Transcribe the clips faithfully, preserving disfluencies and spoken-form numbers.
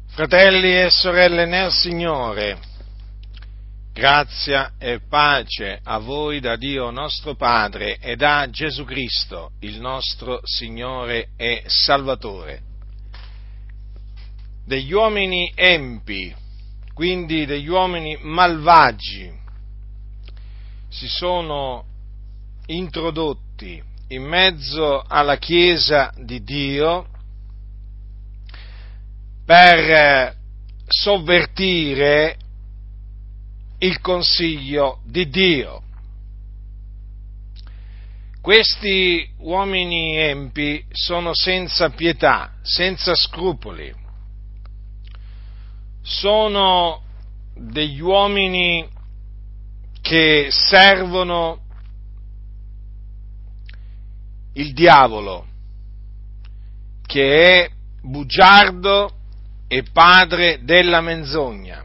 Fratelli e sorelle nel Signore, grazia e pace a voi da Dio nostro Padre e da Gesù Cristo, il nostro Signore e Salvatore. Degli uomini empi, quindi degli uomini malvagi, si sono introdotti in mezzo alla Chiesa di Dio per sovvertire il consiglio di Dio. Questi uomini empi sono senza pietà, senza scrupoli, sono degli uomini che servono il diavolo, che è bugiardo e padre della menzogna,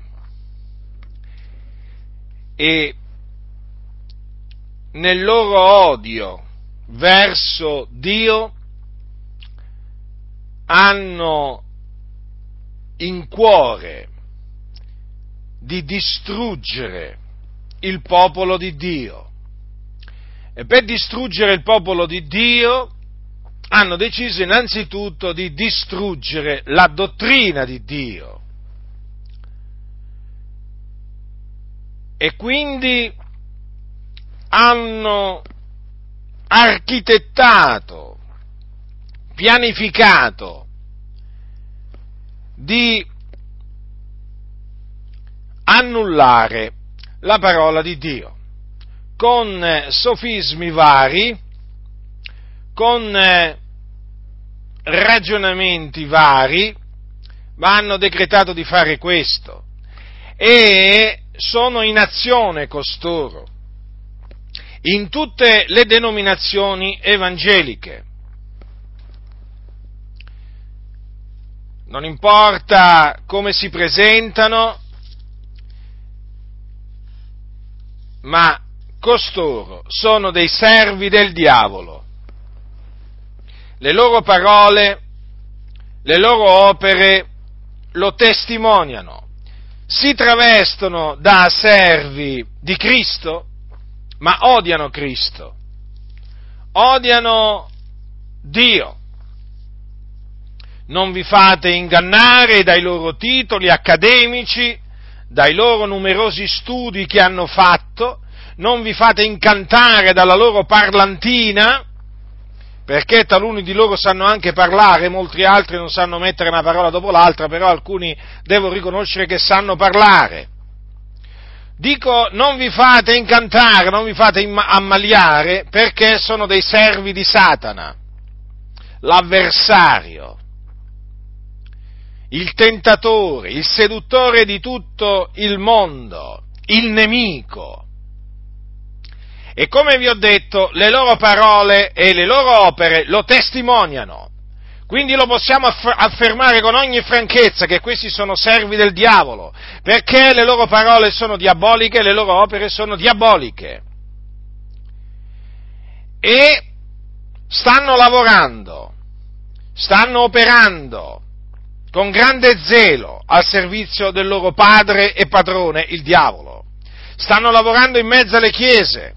e nel loro odio verso Dio hanno in cuore di distruggere il popolo di Dio, e per distruggere il popolo di Dio hanno deciso innanzitutto di distruggere la dottrina di Dio, e quindi hanno architettato, pianificato di annullare la parola di Dio con sofismi vari, con ragionamenti vari, ma hanno decretato di fare questo, e sono in azione costoro in tutte le denominazioni evangeliche. Non importa come si presentano, ma costoro sono dei servi del diavolo. Le loro parole, le loro opere lo testimoniano. Si travestono da servi di Cristo, ma odiano Cristo, odiano Dio. Non vi fate ingannare dai loro titoli accademici, dai loro numerosi studi che hanno fatto, non vi fate incantare dalla loro parlantina, perché taluni di loro sanno anche parlare, molti altri non sanno mettere una parola dopo l'altra, però alcuni devo riconoscere che sanno parlare. Dico, non vi fate incantare, non vi fate ammaliare, perché sono dei servi di Satana, l'avversario, il tentatore, il seduttore di tutto il mondo, il nemico. E come vi ho detto, le loro parole e le loro opere lo testimoniano. Quindi lo possiamo affermare con ogni franchezza che questi sono servi del diavolo, perché le loro parole sono diaboliche e le loro opere sono diaboliche. E stanno lavorando, stanno operando con grande zelo al servizio del loro padre e padrone, il diavolo. Stanno lavorando in mezzo alle chiese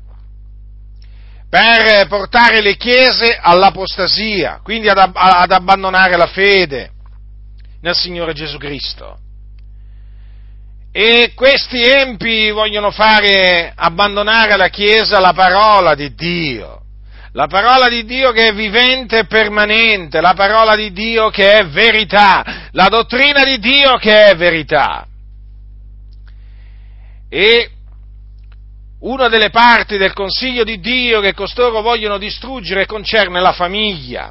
per portare le chiese all'apostasia, quindi ad, ad abbandonare la fede nel Signore Gesù Cristo. E questi empi vogliono fare abbandonare alla Chiesa la parola di Dio, la parola di Dio che è vivente e permanente, la parola di Dio che è verità, la dottrina di Dio che è verità. E una delle parti del consiglio di Dio che costoro vogliono distruggere concerne la famiglia.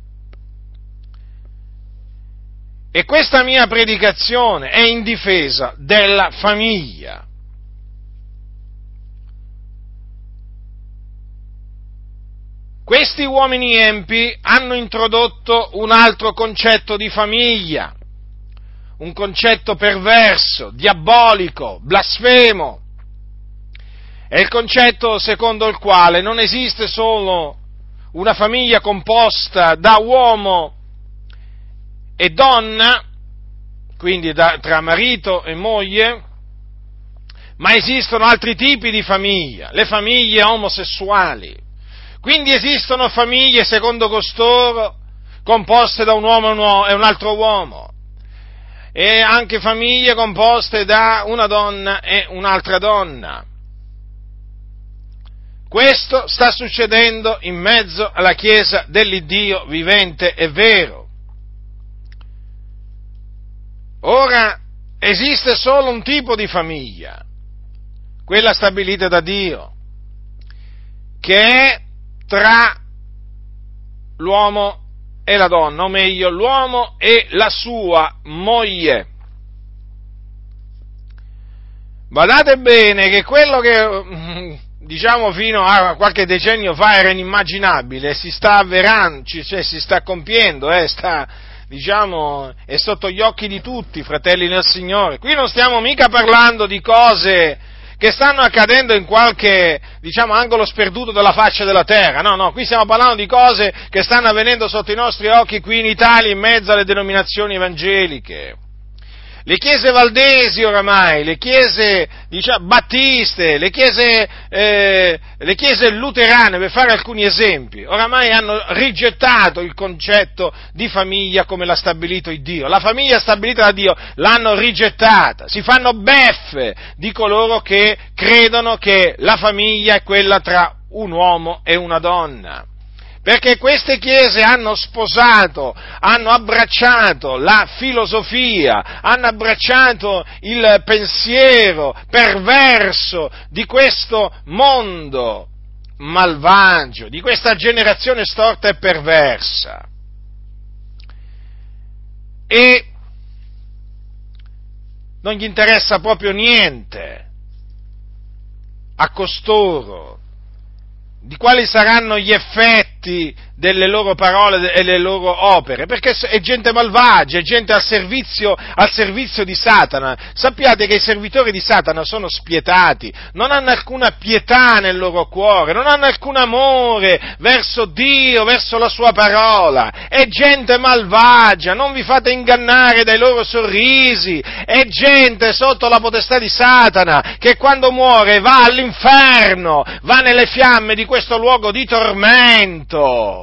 E questa mia predicazione è in difesa della famiglia. Questi uomini empi hanno introdotto un altro concetto di famiglia, un concetto perverso, diabolico, blasfemo. È il concetto secondo il quale non esiste solo una famiglia composta da uomo e donna, quindi da, tra marito e moglie, ma esistono altri tipi di famiglia, le famiglie omosessuali. Quindi esistono famiglie, secondo costoro, composte da un uomo e un altro uomo, e anche famiglie composte da una donna e un'altra donna. Questo sta succedendo in mezzo alla Chiesa dell'Iddio vivente e vero. Ora, esiste solo un tipo di famiglia, quella stabilita da Dio, che è tra l'uomo e la donna, o meglio, l'uomo e la sua moglie. Badate bene che quello che, diciamo, fino a qualche decennio fa era inimmaginabile, si sta avverando, cioè si sta compiendo, eh, sta, diciamo, è sotto gli occhi di tutti, fratelli nel Signore. Qui non stiamo mica parlando di cose che stanno accadendo in qualche, diciamo, angolo sperduto della faccia della terra, no, no, qui stiamo parlando di cose che stanno avvenendo sotto i nostri occhi qui in Italia, in mezzo alle denominazioni evangeliche. Le chiese valdesi oramai, le chiese, diciamo, battiste, le chiese, eh, le chiese luterane, per fare alcuni esempi, oramai hanno rigettato il concetto di famiglia come l'ha stabilito il Dio. La famiglia stabilita da Dio l'hanno rigettata, si fanno beffe di coloro che credono che la famiglia è quella tra un uomo e una donna. Perché queste chiese hanno sposato, hanno abbracciato la filosofia, hanno abbracciato il pensiero perverso di questo mondo malvagio, di questa generazione storta e perversa. E non gli interessa proprio niente a costoro di quali saranno gli effetti delle loro parole e delle loro opere, perché è gente malvagia, è gente al servizio, al servizio di Satana. Sappiate che i servitori di Satana sono spietati, non hanno alcuna pietà nel loro cuore, non hanno alcun amore verso Dio, verso la sua parola, è gente malvagia, non vi fate ingannare dai loro sorrisi, è gente sotto la potestà di Satana, che quando muore va all'inferno, va nelle fiamme di questo luogo di tormento.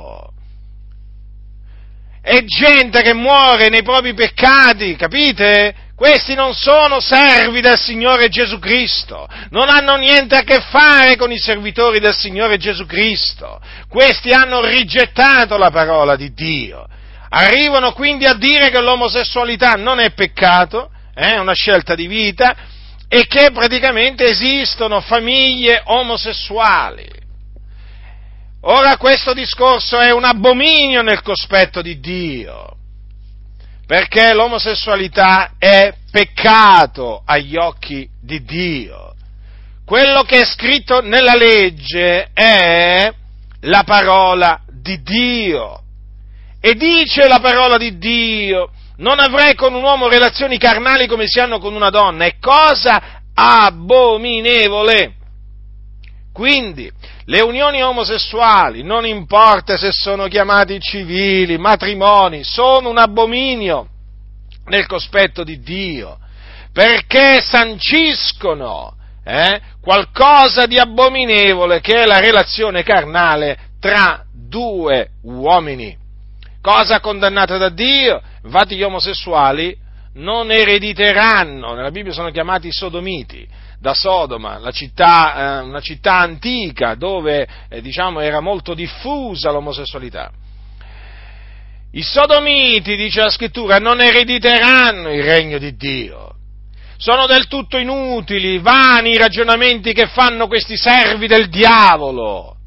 È gente che muore nei propri peccati, capite? Questi non sono servi del Signore Gesù Cristo, non hanno niente a che fare con i servitori del Signore Gesù Cristo. Questi hanno rigettato la parola di Dio. Arrivano quindi a dire che l'omosessualità non è peccato, è una scelta di vita, e che praticamente esistono famiglie omosessuali. Ora questo discorso è un abominio nel cospetto di Dio, perché l'omosessualità è peccato agli occhi di Dio. Quello che è scritto nella legge è la parola di Dio, e dice la parola di Dio: non avrai con un uomo relazioni carnali come si hanno con una donna, è cosa abominevole. Quindi, le unioni omosessuali, non importa se sono chiamati civili, matrimoni, sono un abominio nel cospetto di Dio, perché sanciscono eh, qualcosa di abominevole che è la relazione carnale tra due uomini, cosa condannata da Dio. Infatti gli omosessuali non erediteranno, nella Bibbia sono chiamati sodomiti, da Sodoma, la città, eh, una città antica dove eh, diciamo era molto diffusa l'omosessualità. I sodomiti, dice la Scrittura, non erediteranno il regno di Dio. Sono del tutto inutili, vani i ragionamenti che fanno questi servi del diavolo,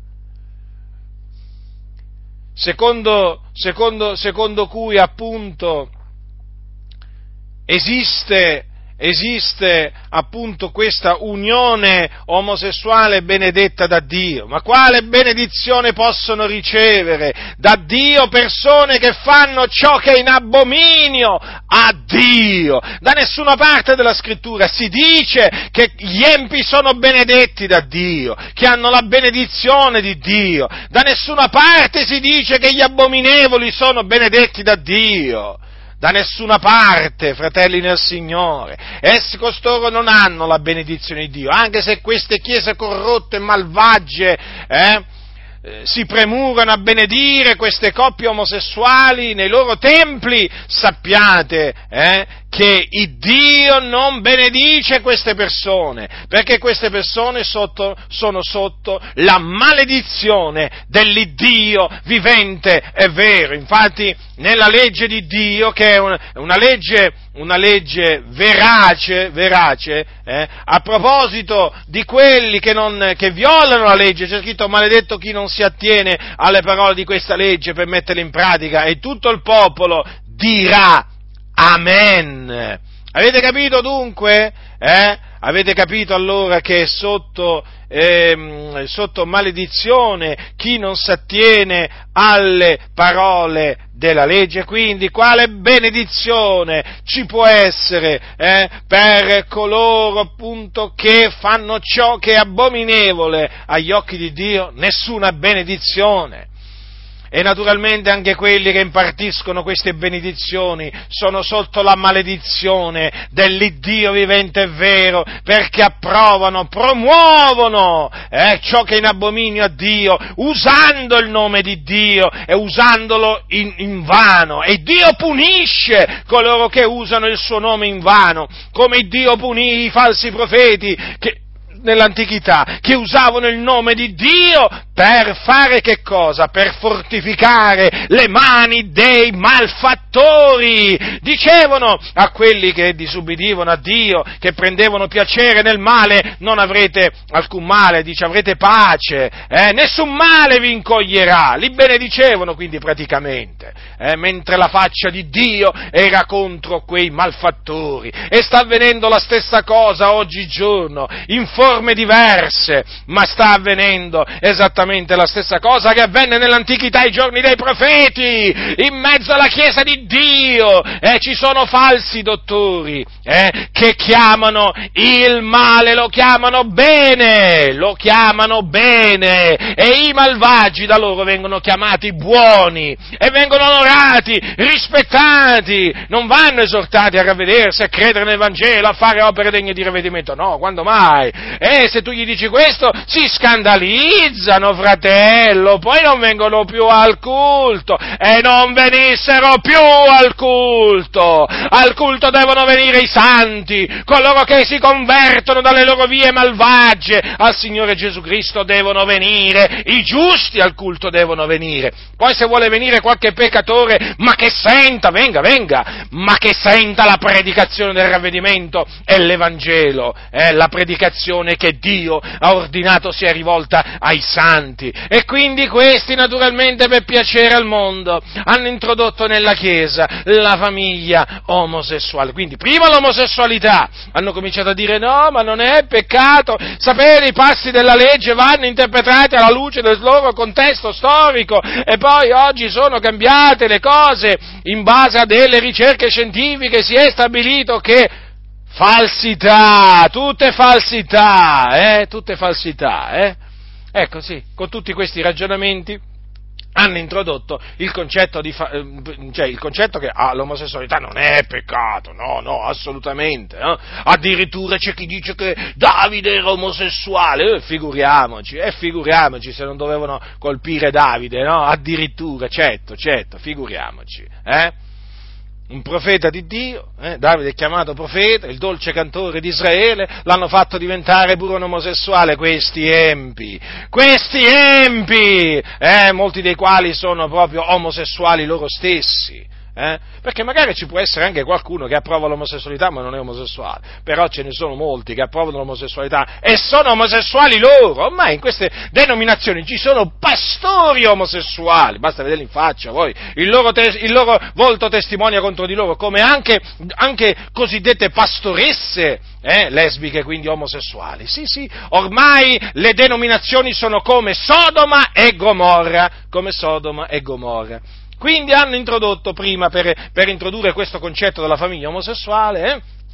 secondo, secondo, secondo cui appunto esiste Esiste appunto questa unione omosessuale benedetta da Dio. Ma quale benedizione possono ricevere da Dio persone che fanno ciò che è in abominio a Dio? Da nessuna parte della Scrittura si dice che gli empi sono benedetti da Dio, che hanno la benedizione di Dio. Da nessuna parte si dice che gli abominevoli sono benedetti da Dio. da nessuna parte, fratelli nel Signore. Essi costoro non hanno la benedizione di Dio, anche se queste chiese corrotte e malvagie, eh, Eh, si premurano a benedire queste coppie omosessuali nei loro templi, sappiate eh, che il Dio non benedice queste persone, perché queste persone sotto, sono sotto la maledizione dell'Iddio vivente e vero. Infatti nella legge di Dio, che è una, una legge una legge verace, verace eh, a proposito di quelli che, non, che violano la legge, c'è scritto: maledetto chi non si attiene alle parole di questa legge per metterle in pratica, e tutto il popolo dirà Amen. Avete capito dunque? Eh? Avete capito allora che sotto, eh, sotto maledizione chi non si attiene alle parole della legge? Quindi quale benedizione ci può essere eh, per coloro appunto che fanno ciò che è abominevole agli occhi di Dio? Nessuna benedizione. E naturalmente anche quelli che impartiscono queste benedizioni sono sotto la maledizione dell'Iddio vivente e vero, perché approvano, promuovono eh, ciò che è in abominio a Dio, usando il nome di Dio e usandolo in, in vano. E Dio punisce coloro che usano il suo nome in vano, come Dio punì i falsi profeti che nell'antichità, che usavano il nome di Dio per fare che cosa? Per fortificare le mani dei malfattori. Dicevano a quelli che disubbidivano a Dio, che prendevano piacere nel male: non avrete alcun male, dice, avrete pace, eh? Nessun male vi incoglierà. Li benedicevano quindi praticamente, eh? Mentre la faccia di Dio era contro quei malfattori. E sta avvenendo la stessa cosa oggigiorno, in forme diverse, ma sta avvenendo esattamente la stessa cosa che avvenne nell'antichità, ai giorni dei profeti. In mezzo alla Chiesa di Dio eh, ci sono falsi dottori eh, che chiamano il male, lo chiamano bene, lo chiamano bene, e i malvagi da loro vengono chiamati buoni e vengono onorati, rispettati. Non vanno esortati a ravvedersi, a credere nel Vangelo, a fare opere degne di ravvedimento. No, quando mai? E se tu gli dici questo, si scandalizzano, fratello, poi non vengono più al culto, e non venissero più al culto. Al culto devono venire i santi, coloro che si convertono dalle loro vie malvagie al Signore Gesù Cristo devono venire, i giusti al culto devono venire. Poi se vuole venire qualche peccatore, ma che senta, venga, venga, ma che senta la predicazione del ravvedimento e l'Evangelo, eh, la predicazione che Dio ha ordinato sia rivolta ai santi. E quindi questi, naturalmente, per piacere al mondo, hanno introdotto nella Chiesa la famiglia omosessuale. Quindi prima l'omosessualità, hanno cominciato a dire no, ma non è peccato, sapete, i passi della legge vanno interpretati alla luce del loro contesto storico, e poi oggi sono cambiate le cose in base a delle ricerche scientifiche. Si è stabilito che falsità, tutte falsità, eh, tutte falsità, eh. Ecco, sì, con tutti questi ragionamenti hanno introdotto il concetto di fa- cioè il concetto che ah, l'omosessualità non è peccato, no, no, assolutamente, eh? Addirittura c'è chi dice che Davide era omosessuale, eh, figuriamoci, e eh, figuriamoci se non dovevano colpire Davide, no? Addirittura, certo, certo, figuriamoci, eh? Un profeta di Dio, eh, Davide è chiamato profeta, il dolce cantore di Israele, l'hanno fatto diventare pure un omosessuale, questi empi, questi empi, eh, molti dei quali sono proprio omosessuali loro stessi. Eh? Perché magari ci può essere anche qualcuno che approva l'omosessualità ma non è omosessuale, però ce ne sono molti che approvano l'omosessualità e sono omosessuali loro. Ormai in queste denominazioni ci sono pastori omosessuali, basta vederli in faccia, poi il loro, te- il loro volto testimonia contro di loro, come anche, anche cosiddette pastoresse eh, lesbiche, quindi omosessuali. Sì, sì, ormai le denominazioni sono come Sodoma e Gomorra, come Sodoma e Gomorra. Quindi hanno introdotto prima, per, per introdurre questo concetto della famiglia omosessuale, eh,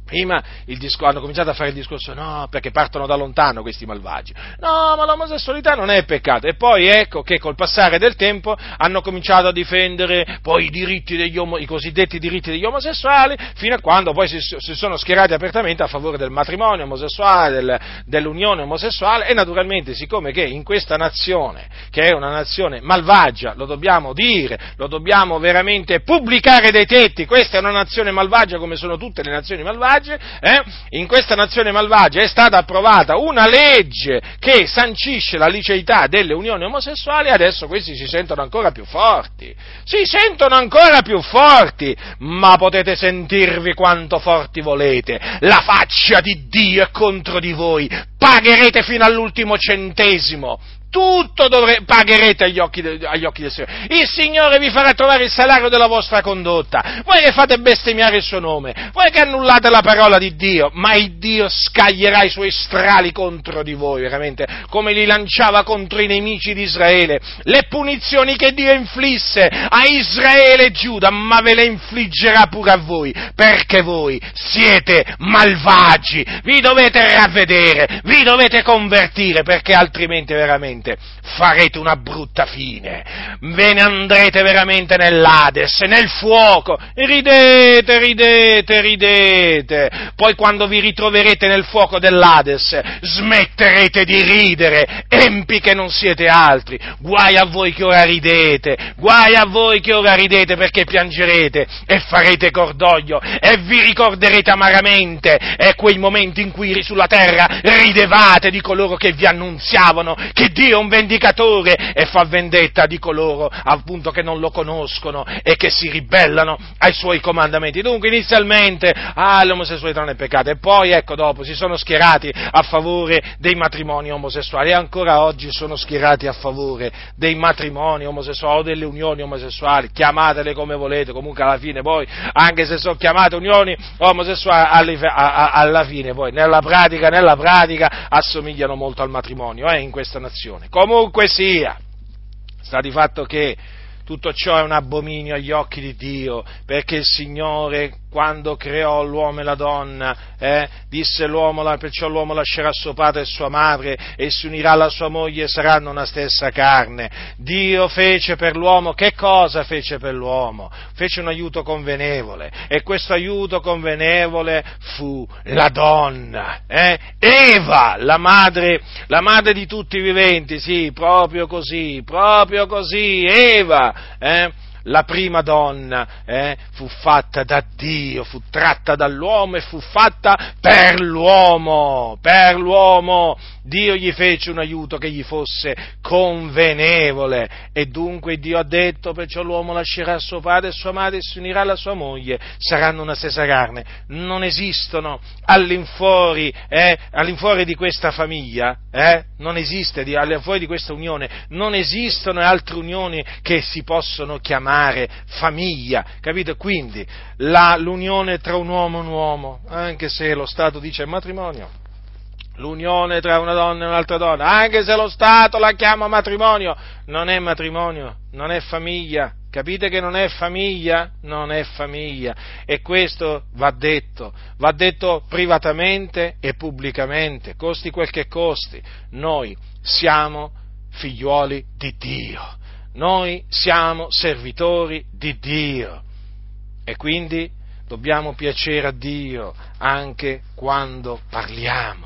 Prima il discor- hanno cominciato a fare il discorso, no, perché partono da lontano questi malvagi, no, ma l'omosessualità non è peccato, e poi ecco che col passare del tempo hanno cominciato a difendere poi i diritti degli omo- i cosiddetti diritti degli omosessuali, fino a quando poi si, si sono schierati apertamente a favore del matrimonio omosessuale, del, dell'unione omosessuale, e naturalmente, siccome che in questa nazione, che è una nazione malvagia, lo dobbiamo dire, lo dobbiamo veramente pubblicare dai tetti, questa è una nazione malvagia come sono tutte le nazioni malvagie. Eh? In questa nazione malvagia è stata approvata una legge che sancisce la liceità delle unioni omosessuali, e adesso questi si sentono ancora più forti, si sentono ancora più forti, ma potete sentirvi quanto forti volete, la faccia di Dio è contro di voi, pagherete fino all'ultimo centesimo, tutto dovre- pagherete agli occhi, de- agli occhi del Signore. Il Signore vi farà trovare il salario della vostra condotta. Voi che fate bestemmiare il suo nome, voi che annullate la parola di Dio, ma il Dio scaglierà i suoi strali contro di voi, veramente, come li lanciava contro i nemici di Israele. Le punizioni che Dio inflisse a Israele e Giuda, ma ve le infliggerà pure a voi, perché voi siete malvagi, vi dovete ravvedere, vi dovete convertire, perché altrimenti veramente farete una brutta fine, ve ne andrete veramente nell'Ades, nel fuoco, ridete, ridete, ridete, poi quando vi ritroverete nel fuoco dell'Ades smetterete di ridere, empi che non siete altri, guai a voi che ora ridete, guai a voi che ora ridete, perché piangerete e farete cordoglio e vi ricorderete amaramente e quei momenti in cui sulla terra ridevate di coloro che vi annunziavano che Dio è un vendicatore e fa vendetta di coloro appunto che non lo conoscono e che si ribellano ai suoi comandamenti. Dunque inizialmente ah, l'omosessualità non è peccato, e poi ecco dopo si sono schierati a favore dei matrimoni omosessuali, e ancora oggi sono schierati a favore dei matrimoni omosessuali o delle unioni omosessuali, chiamatele come volete, comunque alla fine poi, anche se sono chiamate unioni omosessuali, alla fine poi nella pratica, nella pratica assomigliano molto al matrimonio eh, in questa nazione. Comunque sia, sta di fatto che tutto ciò è un abominio agli occhi di Dio, perché il Signore, quando creò l'uomo e la donna, eh, disse l'uomo, perciò l'uomo lascerà suo padre e sua madre e si unirà alla sua moglie e saranno una stessa carne. Dio fece per l'uomo, che cosa fece per l'uomo? Fece un aiuto convenevole, e questo aiuto convenevole fu la donna, eh? Eva, la madre, la madre di tutti i viventi, sì, proprio così, proprio così, Eva, eh? La prima donna eh, fu fatta da Dio, fu tratta dall'uomo e fu fatta per l'uomo, per l'uomo. Dio gli fece un aiuto che gli fosse convenevole, e dunque Dio ha detto, perciò l'uomo lascerà suo padre e sua madre e si unirà alla sua moglie, saranno una stessa carne. Non esistono all'infuori, eh, all'infuori di questa famiglia, eh, non esiste, di, all'infuori di questa unione, non esistono altre unioni che si possono chiamare famiglia, capito? Quindi la, l'unione tra un uomo e un uomo, anche se lo Stato dice matrimonio, l'unione tra una donna e un'altra donna, anche se lo Stato la chiama matrimonio, non è matrimonio, non è famiglia, capite che non è famiglia? Non è famiglia, e questo va detto, va detto privatamente e pubblicamente, costi quel che costi. Noi siamo figliuoli di Dio, noi siamo servitori di Dio, e quindi dobbiamo piacere a Dio anche quando parliamo.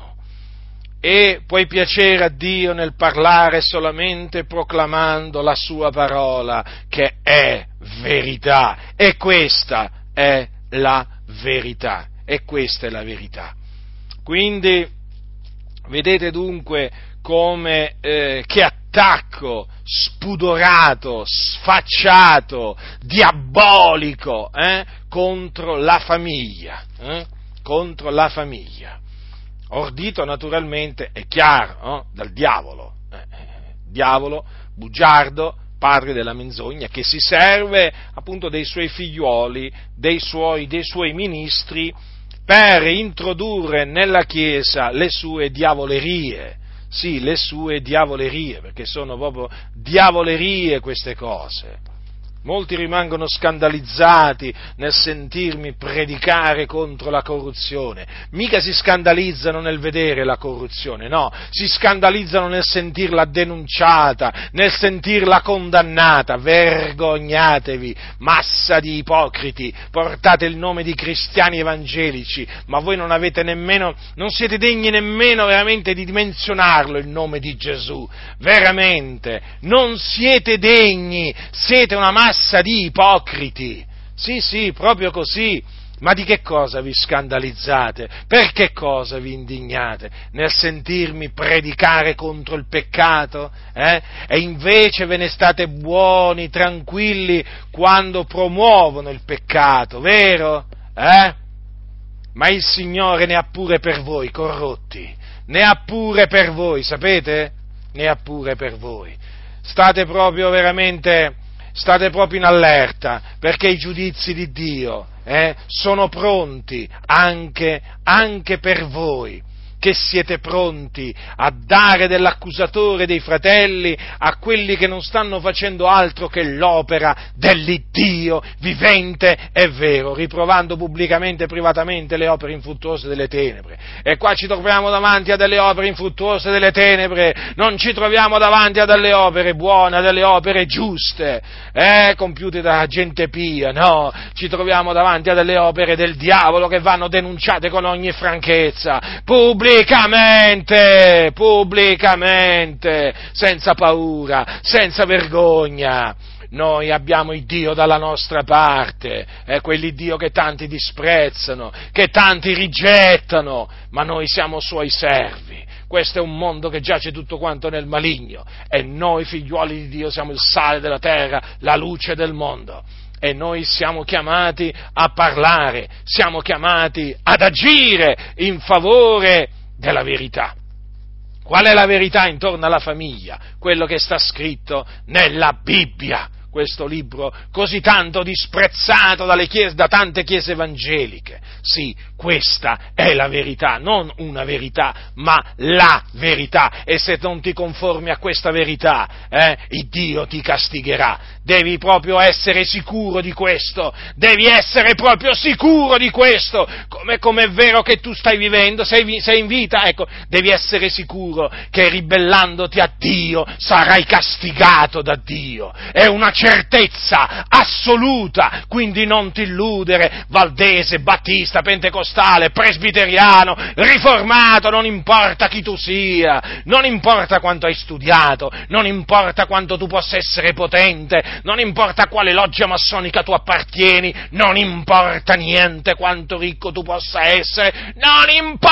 E puoi piacere a Dio nel parlare solamente proclamando la sua parola, che è verità, e questa è la verità, e questa è la verità. Quindi, vedete dunque come, eh, che attacco spudorato, sfacciato, diabolico, eh, contro la famiglia, eh, contro la famiglia. Ordito naturalmente, è chiaro, no? Dal diavolo, eh, diavolo, bugiardo, padre della menzogna, che si serve appunto dei suoi figliuoli, dei suoi, dei suoi ministri, per introdurre nella Chiesa le sue diavolerie, sì, le sue diavolerie, perché sono proprio diavolerie queste cose. Molti rimangono scandalizzati nel sentirmi predicare contro la corruzione. Mica si scandalizzano nel vedere la corruzione, no, si scandalizzano nel sentirla denunciata, nel sentirla condannata. Vergognatevi, massa di ipocriti, portate il nome di cristiani evangelici, ma voi non avete nemmeno, non siete degni nemmeno veramente di menzionarlo il nome di Gesù. Veramente, non siete degni, siete una massa di ipocriti, sì sì, proprio così. Ma di che cosa vi scandalizzate? Per che cosa vi indignate? Nel sentirmi predicare contro il peccato? Eh? E invece ve ne state buoni, tranquilli, quando promuovono il peccato, vero? Eh? Ma il Signore ne ha pure per voi, corrotti, ne ha pure per voi, sapete? Ne ha pure per voi. State proprio veramente... State proprio in allerta, perché i giudizi di Dio eh, sono pronti anche, anche per voi, che siete pronti a dare dell'accusatore dei fratelli a quelli che non stanno facendo altro che l'opera dell'Iddio vivente e vero, riprovando pubblicamente e privatamente le opere infruttuose delle tenebre. E qua ci troviamo davanti a delle opere infruttuose delle tenebre, non ci troviamo davanti a delle opere buone, a delle opere giuste, eh, compiute da gente pia, no, ci troviamo davanti a delle opere del diavolo che vanno denunciate con ogni franchezza, pubblicamente, Pubblicamente, pubblicamente, senza paura, senza vergogna. Noi abbiamo il Dio dalla nostra parte, è quell'Iddio che tanti disprezzano, che tanti rigettano, ma noi siamo Suoi servi. Questo è un mondo che giace tutto quanto nel maligno e noi, figliuoli di Dio, siamo il sale della terra, la luce del mondo. E noi siamo chiamati a parlare, siamo chiamati ad agire in favore della verità. Qual è la verità intorno alla famiglia? Quello che sta scritto nella Bibbia, questo libro così tanto disprezzato dalle chiese, da tante chiese evangeliche. Sì, questa è la verità, non una verità, ma la verità. E se non ti conformi a questa verità, eh, il Dio ti castigherà. Devi proprio essere sicuro di questo, devi essere proprio sicuro di questo, come, come è vero che tu stai vivendo, sei, sei in vita, ecco, devi essere sicuro che ribellandoti a Dio sarai castigato da Dio. È una certezza assoluta, quindi non ti illudere, valdese, battista, pentecostale, presbiteriano, riformato, non importa chi tu sia, non importa quanto hai studiato, non importa quanto tu possa essere potente, non importa a quale loggia massonica tu appartieni, non importa niente quanto ricco tu possa essere, non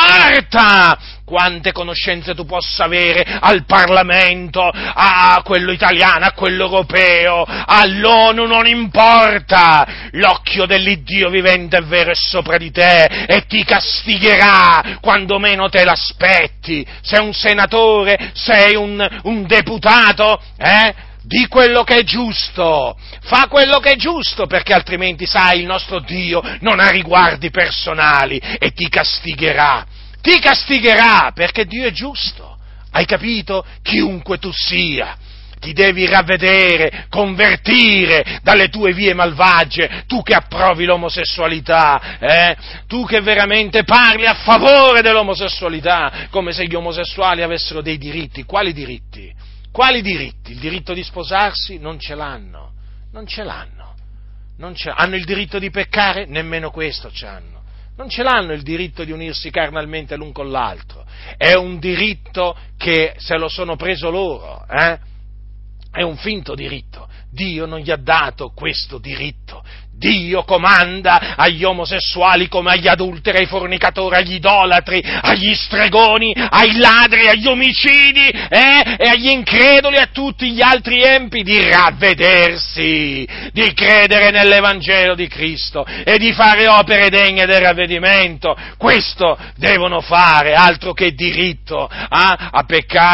importa quante conoscenze tu possa avere al Parlamento, a quello italiano, a quello europeo, all'ONU, non importa, l'occhio dell'Iddio vivente e vero è sopra di te e ti castigherà quando meno te l'aspetti. Sei un senatore, sei un, un deputato, eh? Di quello che è giusto, fa quello che è giusto, perché altrimenti, sai, il nostro Dio non ha riguardi personali e ti castigherà, ti castigherà, perché Dio è giusto, hai capito? Chiunque tu sia, ti devi ravvedere, convertire dalle tue vie malvagie, tu che approvi l'omosessualità, eh? Tu che veramente parli a favore dell'omosessualità, come se gli omosessuali avessero dei diritti. Quali diritti? Quali diritti? Il diritto di sposarsi? Non ce l'hanno, non ce l'hanno, non ce... hanno il diritto di peccare? Nemmeno questo c'hanno, non ce l'hanno il diritto di unirsi carnalmente l'un con l'altro, è un diritto che se lo sono preso loro, eh? È un finto diritto, Dio non gli ha dato questo diritto. Dio comanda agli omosessuali come agli adulteri, ai fornicatori, agli idolatri, agli stregoni, ai ladri, agli omicidi eh? e agli increduli e a tutti gli altri empi di ravvedersi, di credere nell'Evangelo di Cristo e di fare opere degne del ravvedimento. Questo devono fare, altro che diritto a, a peccare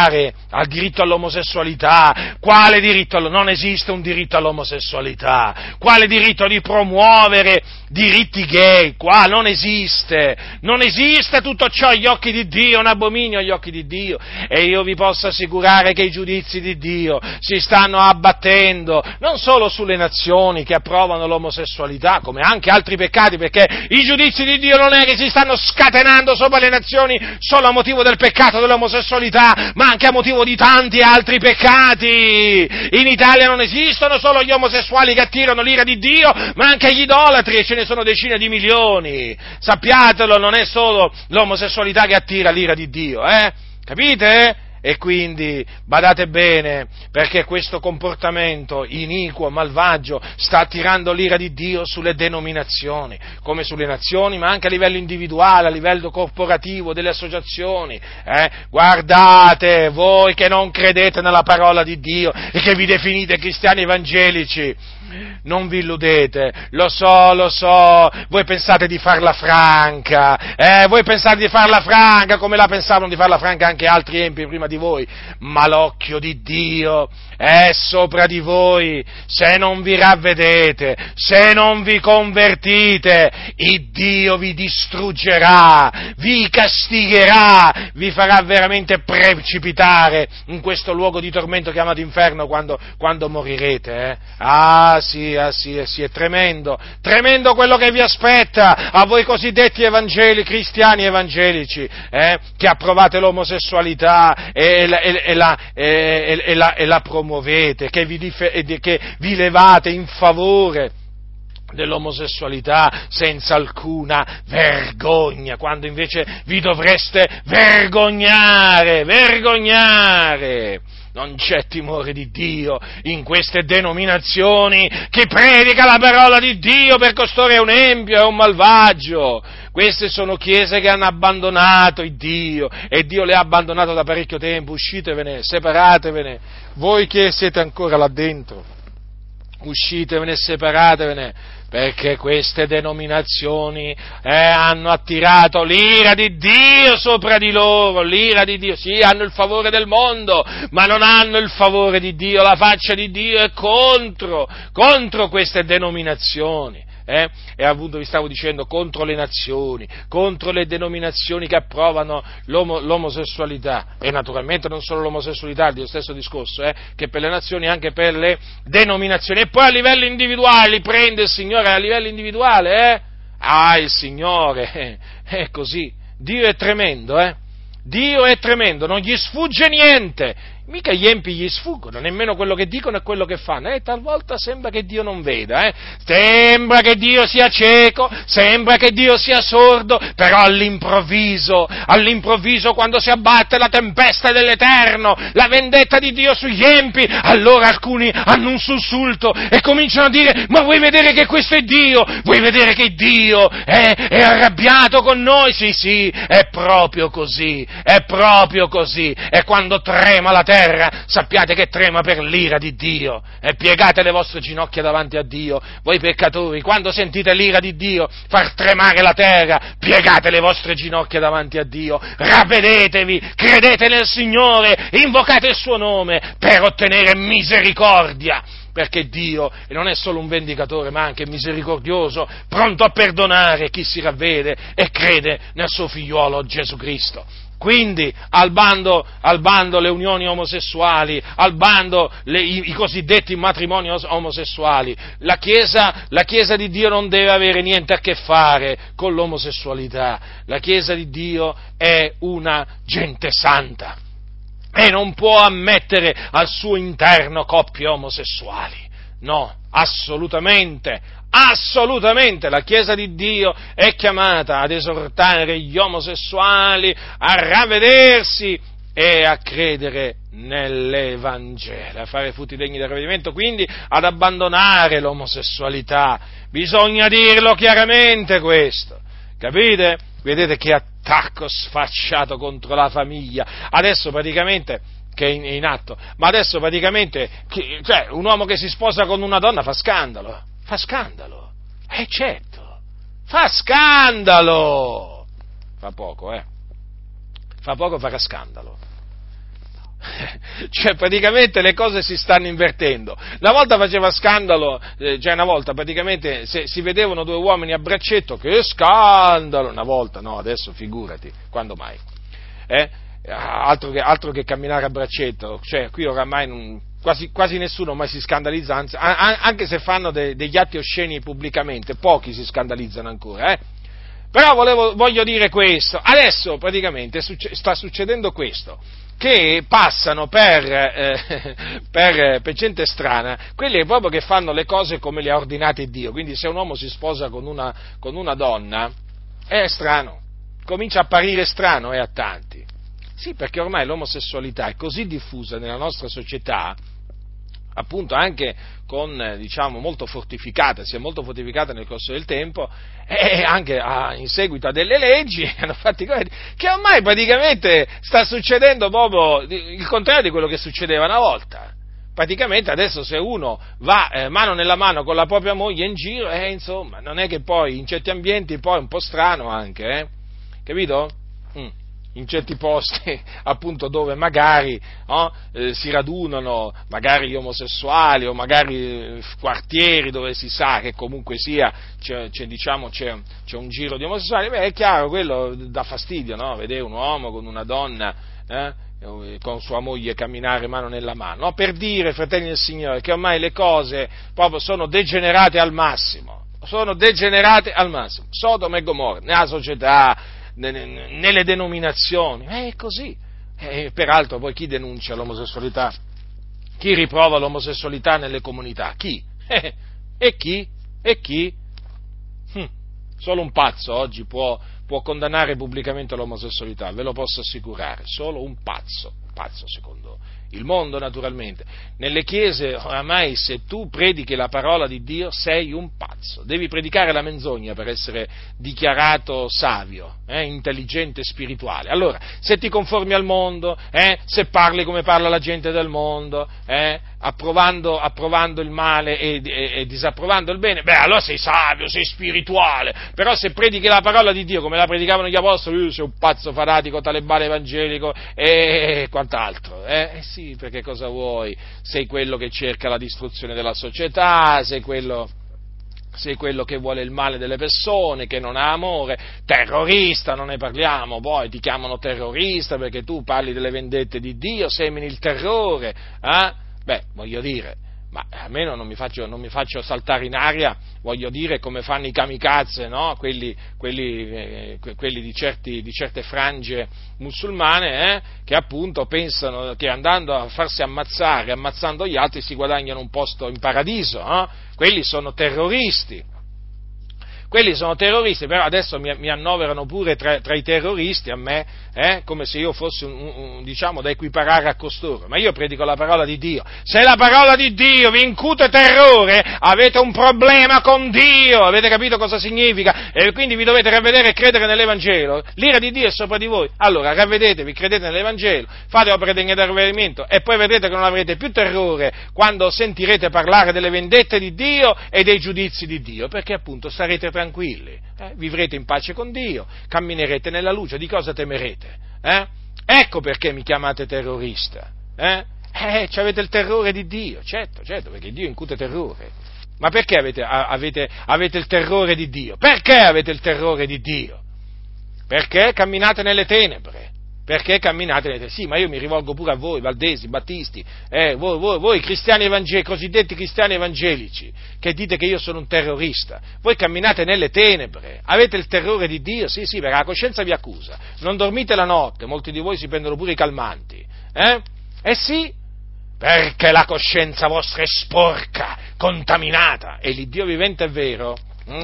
al diritto all'omosessualità. Quale diritto? Non esiste un diritto all'omosessualità. Quale diritto di promuovere diritti gay? Qua non esiste. Non esiste tutto ciò agli occhi di Dio, è un abominio agli occhi di Dio. E io vi posso assicurare che i giudizi di Dio si stanno abbattendo non solo sulle nazioni che approvano l'omosessualità, come anche altri peccati, perché i giudizi di Dio non è che si stanno scatenando sopra le nazioni solo a motivo del peccato dell'omosessualità, ma anche a motivo di tanti altri peccati. In Italia non esistono solo gli omosessuali che attirano l'ira di Dio, ma anche gli idolatri, e ce ne sono decine di milioni. Sappiatelo, non è solo l'omosessualità che attira l'ira di Dio, eh? Capite? E quindi badate bene, perché questo comportamento iniquo, malvagio, sta attirando l'ira di Dio sulle denominazioni, come sulle nazioni, ma anche a livello individuale, a livello corporativo, delle associazioni. Eh? Guardate, voi che non credete nella parola di Dio e che vi definite cristiani evangelici, non vi illudete, lo so, lo so, voi pensate di farla franca, eh, voi pensate di farla franca come la pensavano di farla franca anche altri empi prima di voi, ma l'occhio di Dio è sopra di voi, se non vi ravvedete, se non vi convertite, il Dio vi distruggerà, vi castigherà, vi farà veramente precipitare in questo luogo di tormento chiamato inferno quando, quando morirete, eh? Ah sì, ah sì, sì, è tremendo, tremendo quello che vi aspetta a voi cosiddetti evangeli, cristiani evangelici, eh? Che approvate l'omosessualità e la, e, e la, e, e la, e la promuovete, che vi, che vi levate in favore dell'omosessualità senza alcuna vergogna, quando invece vi dovreste vergognare, vergognare. Non c'è timore di Dio in queste denominazioni. Chi predica la parola di Dio per costoro è un empio, è un malvagio. Queste sono chiese che hanno abbandonato il Dio, e Dio le ha abbandonato da parecchio tempo. Uscitevene, separatevene, voi che siete ancora là dentro, uscitevene e separatevene, perché queste denominazioni eh, hanno attirato l'ira di Dio sopra di loro, l'ira di Dio, sì, hanno il favore del mondo, ma non hanno il favore di Dio, la faccia di Dio è contro, contro queste denominazioni. Eh? E appunto vi stavo dicendo, contro le nazioni, contro le denominazioni che approvano l'omo, l'omosessualità, e naturalmente non solo l'omosessualità, è lo stesso discorso, eh? Che per le nazioni, anche per le denominazioni, e poi a livello individuale, li prende il Signore a livello individuale, eh? Ah, il Signore, eh, è così, Dio è tremendo, eh? Dio è tremendo, non gli sfugge niente. Mica gli empi gli sfuggono, nemmeno quello che dicono e quello che fanno, eh, talvolta sembra che Dio non veda, eh, sembra che Dio sia cieco, sembra che Dio sia sordo, però all'improvviso, all'improvviso quando si abbatte la tempesta dell'Eterno, la vendetta di Dio sugli empi, allora alcuni hanno un sussulto e cominciano a dire, ma vuoi vedere che questo è Dio? Vuoi vedere che Dio è, è arrabbiato con noi? Sì, sì, è proprio così, è proprio così, e quando trema la terra, sappiate che trema per l'ira di Dio, e piegate le vostre ginocchia davanti a Dio, voi peccatori, quando sentite l'ira di Dio far tremare la terra, piegate le vostre ginocchia davanti a Dio, ravvedetevi, credete nel Signore, invocate il suo nome per ottenere misericordia, perché Dio non è solo un vendicatore, ma anche misericordioso, pronto a perdonare chi si ravvede e crede nel suo figliuolo Gesù Cristo. Quindi al bando, al bando le unioni omosessuali, al bando le, i, i cosiddetti matrimoni omosessuali. La Chiesa, la Chiesa di Dio non deve avere niente a che fare con l'omosessualità. La Chiesa di Dio è una gente santa e non può ammettere al suo interno coppie omosessuali. No, assolutamente. Assolutamente, la Chiesa di Dio è chiamata ad esortare gli omosessuali a ravvedersi e a credere nell'Evangelo, a fare frutti degni del ravvedimento, quindi ad abbandonare l'omosessualità. Bisogna dirlo chiaramente questo, capite? Vedete che attacco sfacciato contro la famiglia, adesso praticamente che è in, è in atto, ma adesso praticamente, cioè, un uomo che si sposa con una donna fa scandalo. Fa scandalo, eh certo, fa scandalo, fa poco, eh, fa poco farà scandalo. Cioè, praticamente le cose si stanno invertendo. Una volta faceva scandalo, eh, cioè una volta praticamente se si vedevano due uomini a braccetto, che scandalo! Una volta, no, adesso figurati, quando mai? Eh? Altro che, altro che camminare a braccetto, cioè qui oramai non, quasi, quasi nessuno mai si scandalizza, anzi, anche se fanno de, degli atti osceni pubblicamente, pochi si scandalizzano ancora, eh? Però volevo, voglio dire questo, adesso praticamente sta succedendo questo, che passano per, eh, per, per gente strana, quelli proprio che fanno le cose come le ha ordinate Dio, quindi se un uomo si sposa con una, con una donna, è strano, comincia a apparire strano eh, a tanti. Sì, perché ormai l'omosessualità è così diffusa nella nostra società, appunto anche con, diciamo, molto fortificata, si è molto fortificata nel corso del tempo, e anche a, in seguito a delle leggi, hanno fatto che ormai praticamente sta succedendo proprio il contrario di quello che succedeva una volta. Praticamente adesso se uno va eh, mano nella mano con la propria moglie in giro, eh, insomma, non è che poi in certi ambienti poi è un po' strano anche, eh? Capito? Mm. In certi posti appunto dove magari no, eh, si radunano magari gli omosessuali o magari eh, quartieri dove si sa che comunque sia c'è, c'è, diciamo, c'è, c'è un giro di omosessuali, beh è chiaro, quello dà fastidio, no? Vedere un uomo con una donna eh, con sua moglie camminare mano nella mano, no? Per dire, fratelli del Signore, che ormai le cose proprio sono degenerate al massimo, sono degenerate al massimo, Sodoma e Gomorra, nella società, nelle denominazioni, è così. E peraltro poi chi denuncia l'omosessualità? Chi riprova l'omosessualità nelle comunità? Chi? Eh, e chi? E chi? Hm. Solo un pazzo oggi può, può condannare pubblicamente l'omosessualità, ve lo posso assicurare, solo un pazzo, pazzo secondo il mondo naturalmente. Nelle chiese oramai se tu predichi la parola di Dio sei un pazzo, devi predicare la menzogna per essere dichiarato savio, eh, intelligente e spirituale. Allora, se ti conformi al mondo, eh, se parli come parla la gente del mondo, eh, approvando, approvando il male e, e, e disapprovando il bene, beh allora sei savio, sei spirituale, però se predichi la parola di Dio come la predicavano gli apostoli, sei un pazzo fanatico, talebano evangelico e quant'altro, eh, eh sì, perché cosa vuoi? Sei quello che cerca la distruzione della società, sei quello, sei quello che vuole il male delle persone, che non ha amore, terrorista, non ne parliamo, poi ti chiamano terrorista perché tu parli delle vendette di Dio, semini il terrore, eh? Beh, voglio dire, ma almeno non mi faccio, non mi faccio saltare in aria, voglio dire, come fanno i kamikaze, no? Quelli, quelli, eh, quelli di, certi, di certe frange musulmane, eh? Che appunto pensano che andando a farsi ammazzare, ammazzando gli altri, si guadagnano un posto in paradiso, eh? Quelli sono terroristi. Quelli sono terroristi, però adesso mi, mi annoverano pure tra, tra i terroristi a me, eh, come se io fossi, un, un, diciamo, da equiparare a costoro, ma io predico la parola di Dio. Se la parola di Dio vi incute terrore, avete un problema con Dio, avete capito cosa significa? E quindi vi dovete ravvedere e credere nell'Evangelo. L'ira di Dio è sopra di voi, allora ravvedetevi, credete nell'Evangelo, fate opere degne di ravvedimento e poi vedrete che non avrete più terrore quando sentirete parlare delle vendette di Dio e dei giudizi di Dio, perché appunto sarete tranquilli, eh? Vivrete in pace con Dio, camminerete nella luce, di cosa temerete? Eh? Ecco perché mi chiamate terrorista, eh? Eh, avete il terrore di Dio, certo, certo, perché Dio incute terrore. Ma perché avete, avete, avete il terrore di Dio? Perché avete il terrore di Dio? Perché camminate nelle tenebre. Perché camminate nelle tenebre? Sì, ma io mi rivolgo pure a voi, Valdesi, Battisti, eh, voi, voi, voi cristiani evangelici, cosiddetti cristiani evangelici, che dite che io sono un terrorista. Voi camminate nelle tenebre, avete il terrore di Dio? Sì, sì, perché la coscienza vi accusa. Non dormite la notte, molti di voi si prendono pure i calmanti. Eh? Eh sì, perché la coscienza vostra è sporca, contaminata, e l'Iddio vivente è vero, hm?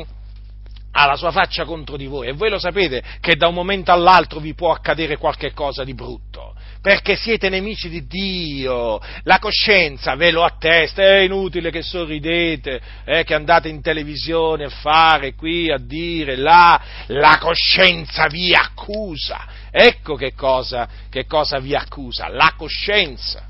ha la sua faccia contro di voi, e voi lo sapete che da un momento all'altro vi può accadere qualche cosa di brutto, perché siete nemici di Dio, la coscienza ve lo attesta, è inutile che sorridete, eh, che andate in televisione a fare qui, a dire là, la coscienza vi accusa, ecco che cosa, che cosa vi accusa, la coscienza.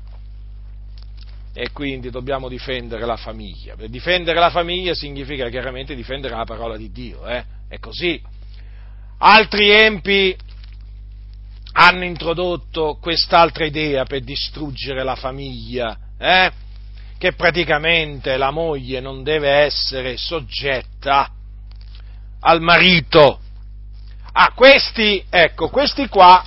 E quindi dobbiamo difendere la famiglia. Per difendere la famiglia significa chiaramente difendere la parola di Dio, eh? È così. Altri empi, hanno introdotto quest'altra idea per distruggere la famiglia, eh? Che praticamente la moglie non deve essere soggetta al marito. Ah, questi, ecco, questi qua,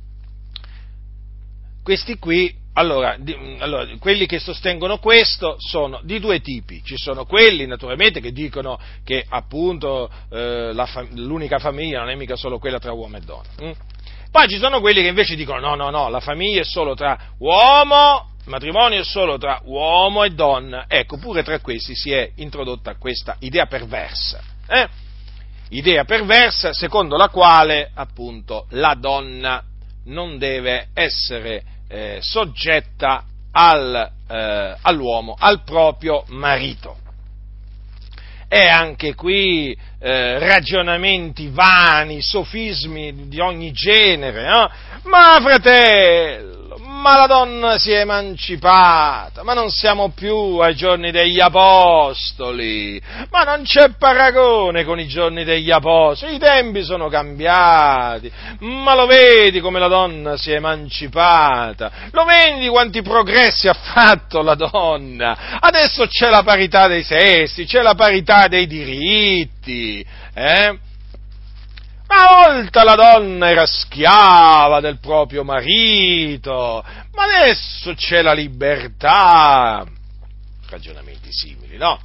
questi qui, allora, di, allora, quelli che sostengono questo sono di due tipi. Ci sono quelli, naturalmente, che dicono che appunto eh, la fam- l'unica famiglia non è mica solo quella tra uomo e donna. Hm? Poi ci sono quelli che invece dicono no, no, no, la famiglia è solo tra uomo, il matrimonio è solo tra uomo e donna. Ecco, pure tra questi si è introdotta questa idea perversa, eh? Idea perversa secondo la quale, appunto, la donna non deve essere eh, soggetta al, eh, all'uomo, al proprio marito. E anche qui eh, ragionamenti vani, sofismi di ogni genere, no? Ma fratello, ma la donna si è emancipata, ma non siamo più ai giorni degli apostoli, ma non c'è paragone con i giorni degli apostoli, i tempi sono cambiati, ma lo vedi come la donna si è emancipata, lo vedi quanti progressi ha fatto la donna, adesso c'è la parità dei sessi, c'è la parità dei diritti, eh? Una volta la donna era schiava del proprio marito, ma adesso c'è la libertà. Ragionamenti simili, no?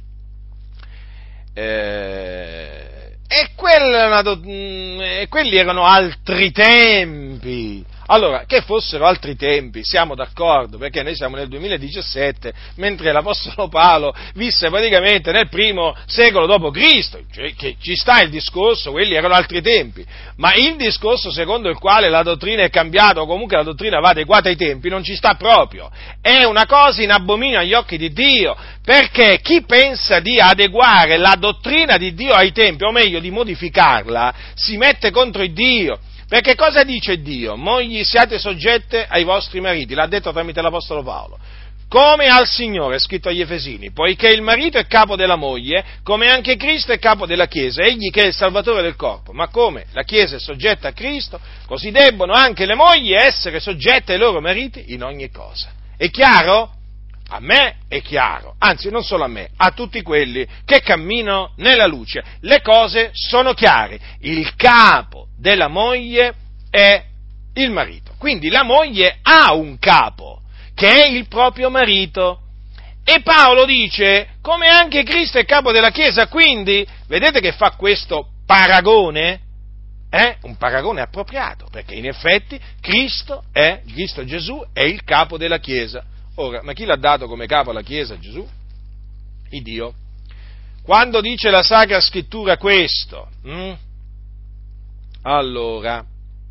Eh, e, quella, e quelli erano altri tempi. Allora, che fossero altri tempi, siamo d'accordo, perché noi siamo nel duemiladiciassette, mentre l'Apostolo Paolo visse praticamente nel primo secolo dopo Cristo, cioè che ci sta il discorso, quelli erano altri tempi, ma il discorso secondo il quale la dottrina è cambiata, o comunque la dottrina va adeguata ai tempi, non ci sta proprio, è una cosa in abominio agli occhi di Dio, perché chi pensa di adeguare la dottrina di Dio ai tempi, o meglio di modificarla, si mette contro il Dio. Perché cosa dice Dio? Mogli, siate soggette ai vostri mariti, l'ha detto tramite l'Apostolo Paolo, come al Signore, è scritto agli Efesini, poiché il marito è capo della moglie, come anche Cristo è capo della Chiesa, egli che è il Salvatore del corpo. Ma come la Chiesa è soggetta a Cristo, così debbono anche le mogli essere soggette ai loro mariti in ogni cosa. È chiaro? A me è chiaro, anzi non solo a me, a tutti quelli che camminano nella luce. Le cose sono chiare, il capo della moglie è il marito, quindi la moglie ha un capo, che è il proprio marito. E Paolo dice, come anche Cristo è capo della Chiesa, quindi vedete che fa questo paragone? È un paragone appropriato, perché in effetti Cristo è, Cristo Gesù è il capo della Chiesa. Ora, ma chi l'ha dato come capo alla Chiesa? Gesù? Il Dio. Quando dice la Sacra Scrittura questo, hm? allora,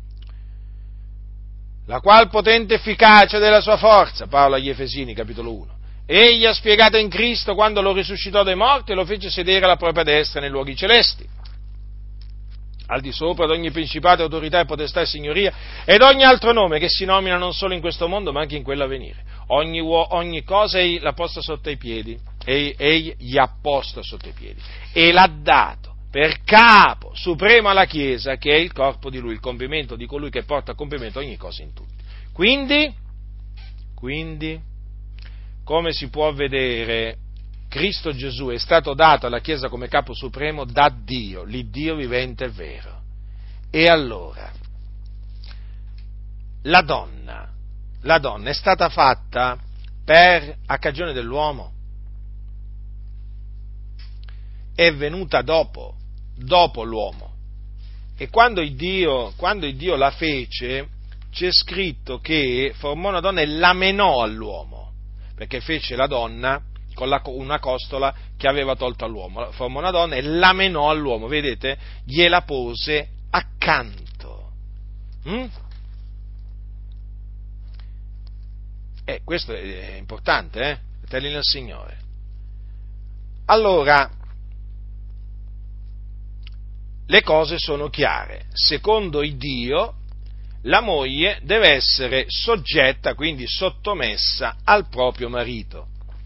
la qual potente efficacia della sua forza, Paolo agli Efesini, capitolo uno, egli ha spiegato in Cristo quando lo risuscitò dai morti e lo fece sedere alla propria destra nei luoghi celesti, al di sopra di ogni principato, autorità e potestà e signoria, ed ogni altro nome che si nomina non solo in questo mondo, ma anche in quello a venire. Ogni, ogni cosa egli l'ha posta sotto i piedi, egli, egli gli ha posto sotto i piedi, e l'ha dato per capo supremo alla Chiesa, che è il corpo di lui, il compimento di colui che porta a compimento ogni cosa in tutti. Quindi, quindi, come si può vedere, Cristo Gesù è stato dato alla Chiesa come capo supremo da Dio, l'Iddio vivente e vero. E allora, la donna, la donna è stata fatta per, a cagione dell'uomo, è venuta dopo, dopo l'uomo. E quando il Dio, quando il Dio la fece, c'è scritto che formò una donna e la menò all'uomo, perché fece la donna con la, una costola che aveva tolto all'uomo, formò una donna e la menò all'uomo, vedete? Gliela pose accanto. Mm? Eh, questo è importante, eh? Fratelli del Signore. Allora, le cose sono chiare. Secondo il Dio, la moglie deve essere soggetta, quindi sottomessa al proprio marito.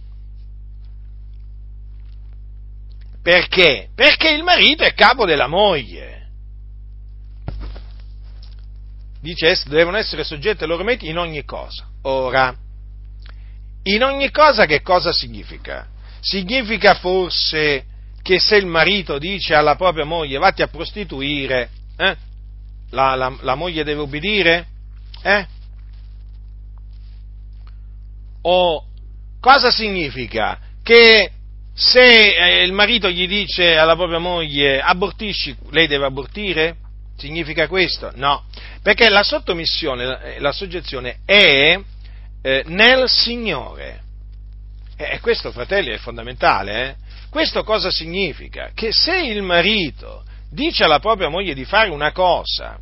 Perché? Perché il marito è capo della moglie. dice devono essere soggette ai loro mariti in ogni cosa. Ora, in ogni cosa che cosa significa? Significa forse che se il marito dice alla propria moglie vatti a prostituire, eh, la, la, la moglie deve obbedire? Eh? O cosa significa? Che se eh, il marito gli dice alla propria moglie abortisci, lei deve abortire? Significa questo? No, perché la sottomissione, la soggezione è eh, nel Signore. E questo, fratelli, è fondamentale. Eh? Questo cosa significa? Che se il marito dice alla propria moglie di fare una cosa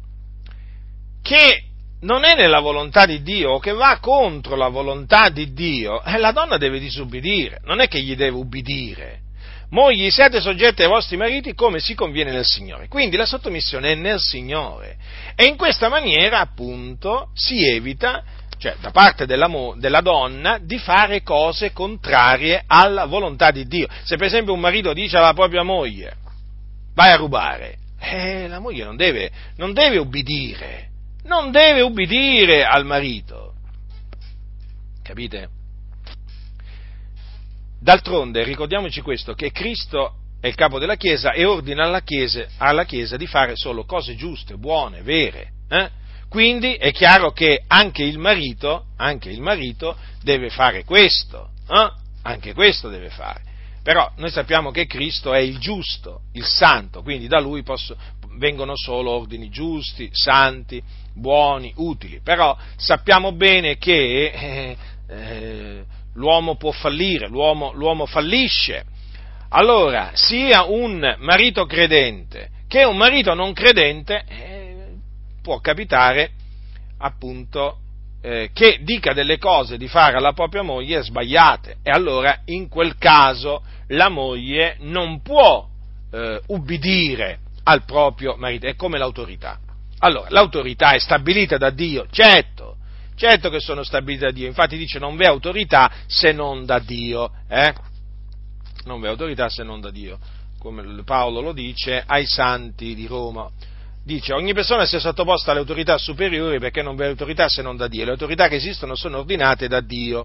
che non è nella volontà di Dio o che va contro la volontà di Dio, eh, la donna deve disubbidire, non è che gli deve ubbidire. Mogli, siate soggetti ai vostri mariti come si conviene nel Signore. Quindi la sottomissione è nel Signore. E in questa maniera, appunto, si evita, cioè da parte della, mo- della donna, di fare cose contrarie alla volontà di Dio. Se per esempio un marito dice alla propria moglie, vai a rubare, eh, la moglie non deve, non deve ubbidire. Non deve ubbidire al marito, capite? D'altronde ricordiamoci questo, che Cristo è il capo della Chiesa e ordina alla Chiesa, alla Chiesa di fare solo cose giuste, buone, vere. Eh? Quindi è chiaro che anche il marito, anche il marito deve fare questo, eh? Anche questo deve fare. Però noi sappiamo che Cristo è il giusto, il santo, quindi da Lui posso, vengono solo ordini giusti, santi, buoni, utili. Però sappiamo bene che eh, eh, l'uomo può fallire, l'uomo, l'uomo fallisce. Allora, sia un marito credente che un marito non credente, eh, può capitare appunto eh, che dica delle cose di fare alla propria moglie sbagliate, e allora in quel caso la moglie non può eh, ubbidire al proprio marito, è come l'autorità. Allora, l'autorità è stabilita da Dio, certo, certo che sono stabilite da Dio, infatti dice non v'è autorità se non da Dio, eh? Non v'è autorità se non da Dio, come Paolo lo dice ai santi di Roma. Dice, ogni persona sia sottoposta alle autorità superiori perché non v'è autorità se non da Dio, le autorità che esistono sono ordinate da Dio.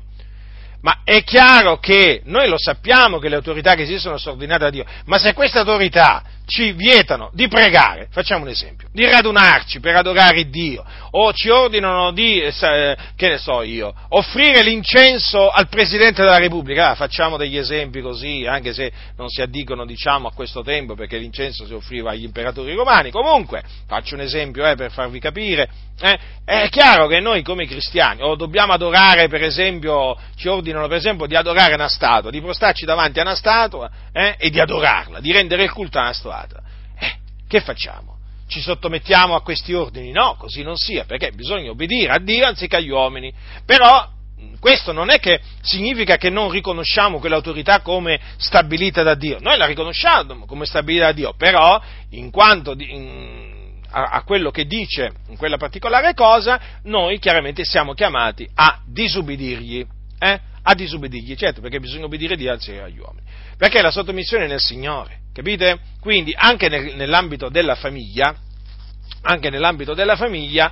Ma è chiaro che noi lo sappiamo che le autorità che esistono sono ordinate da Dio, ma se queste autorità ci vietano di pregare, facciamo un esempio, di radunarci per adorare Dio, o ci ordinano di, eh, che ne so io, offrire l'incenso al Presidente della Repubblica, ah, facciamo degli esempi così, anche se non si addicono, diciamo, a questo tempo, perché l'incenso si offriva agli imperatori romani, comunque, faccio un esempio eh, per farvi capire, eh, è chiaro che noi come cristiani, o dobbiamo adorare, per esempio, ci ordinano per esempio di adorare una statua, di prostarci davanti a una statua eh, e di adorarla, di rendere il culto a una statua. Eh, che facciamo? Ci sottomettiamo a questi ordini? No, così non sia, perché bisogna obbedire a Dio anziché agli uomini. Però questo non è che significa che non riconosciamo quell'autorità come stabilita da Dio. Noi la riconosciamo come stabilita da Dio, però in quanto di, in, a, a quello che dice in quella particolare cosa, noi chiaramente siamo chiamati a disubbidirgli, eh? a disubbidirgli, certo, perché bisogna obbedire Dio anziché agli uomini, perché la sottomissione è nel Signore, capite? Quindi anche nel, nell'ambito della famiglia, anche nell'ambito della famiglia,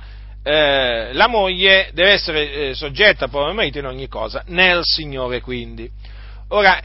eh, la moglie deve essere eh, soggetta al proprio marito in ogni cosa, nel Signore quindi. Ora,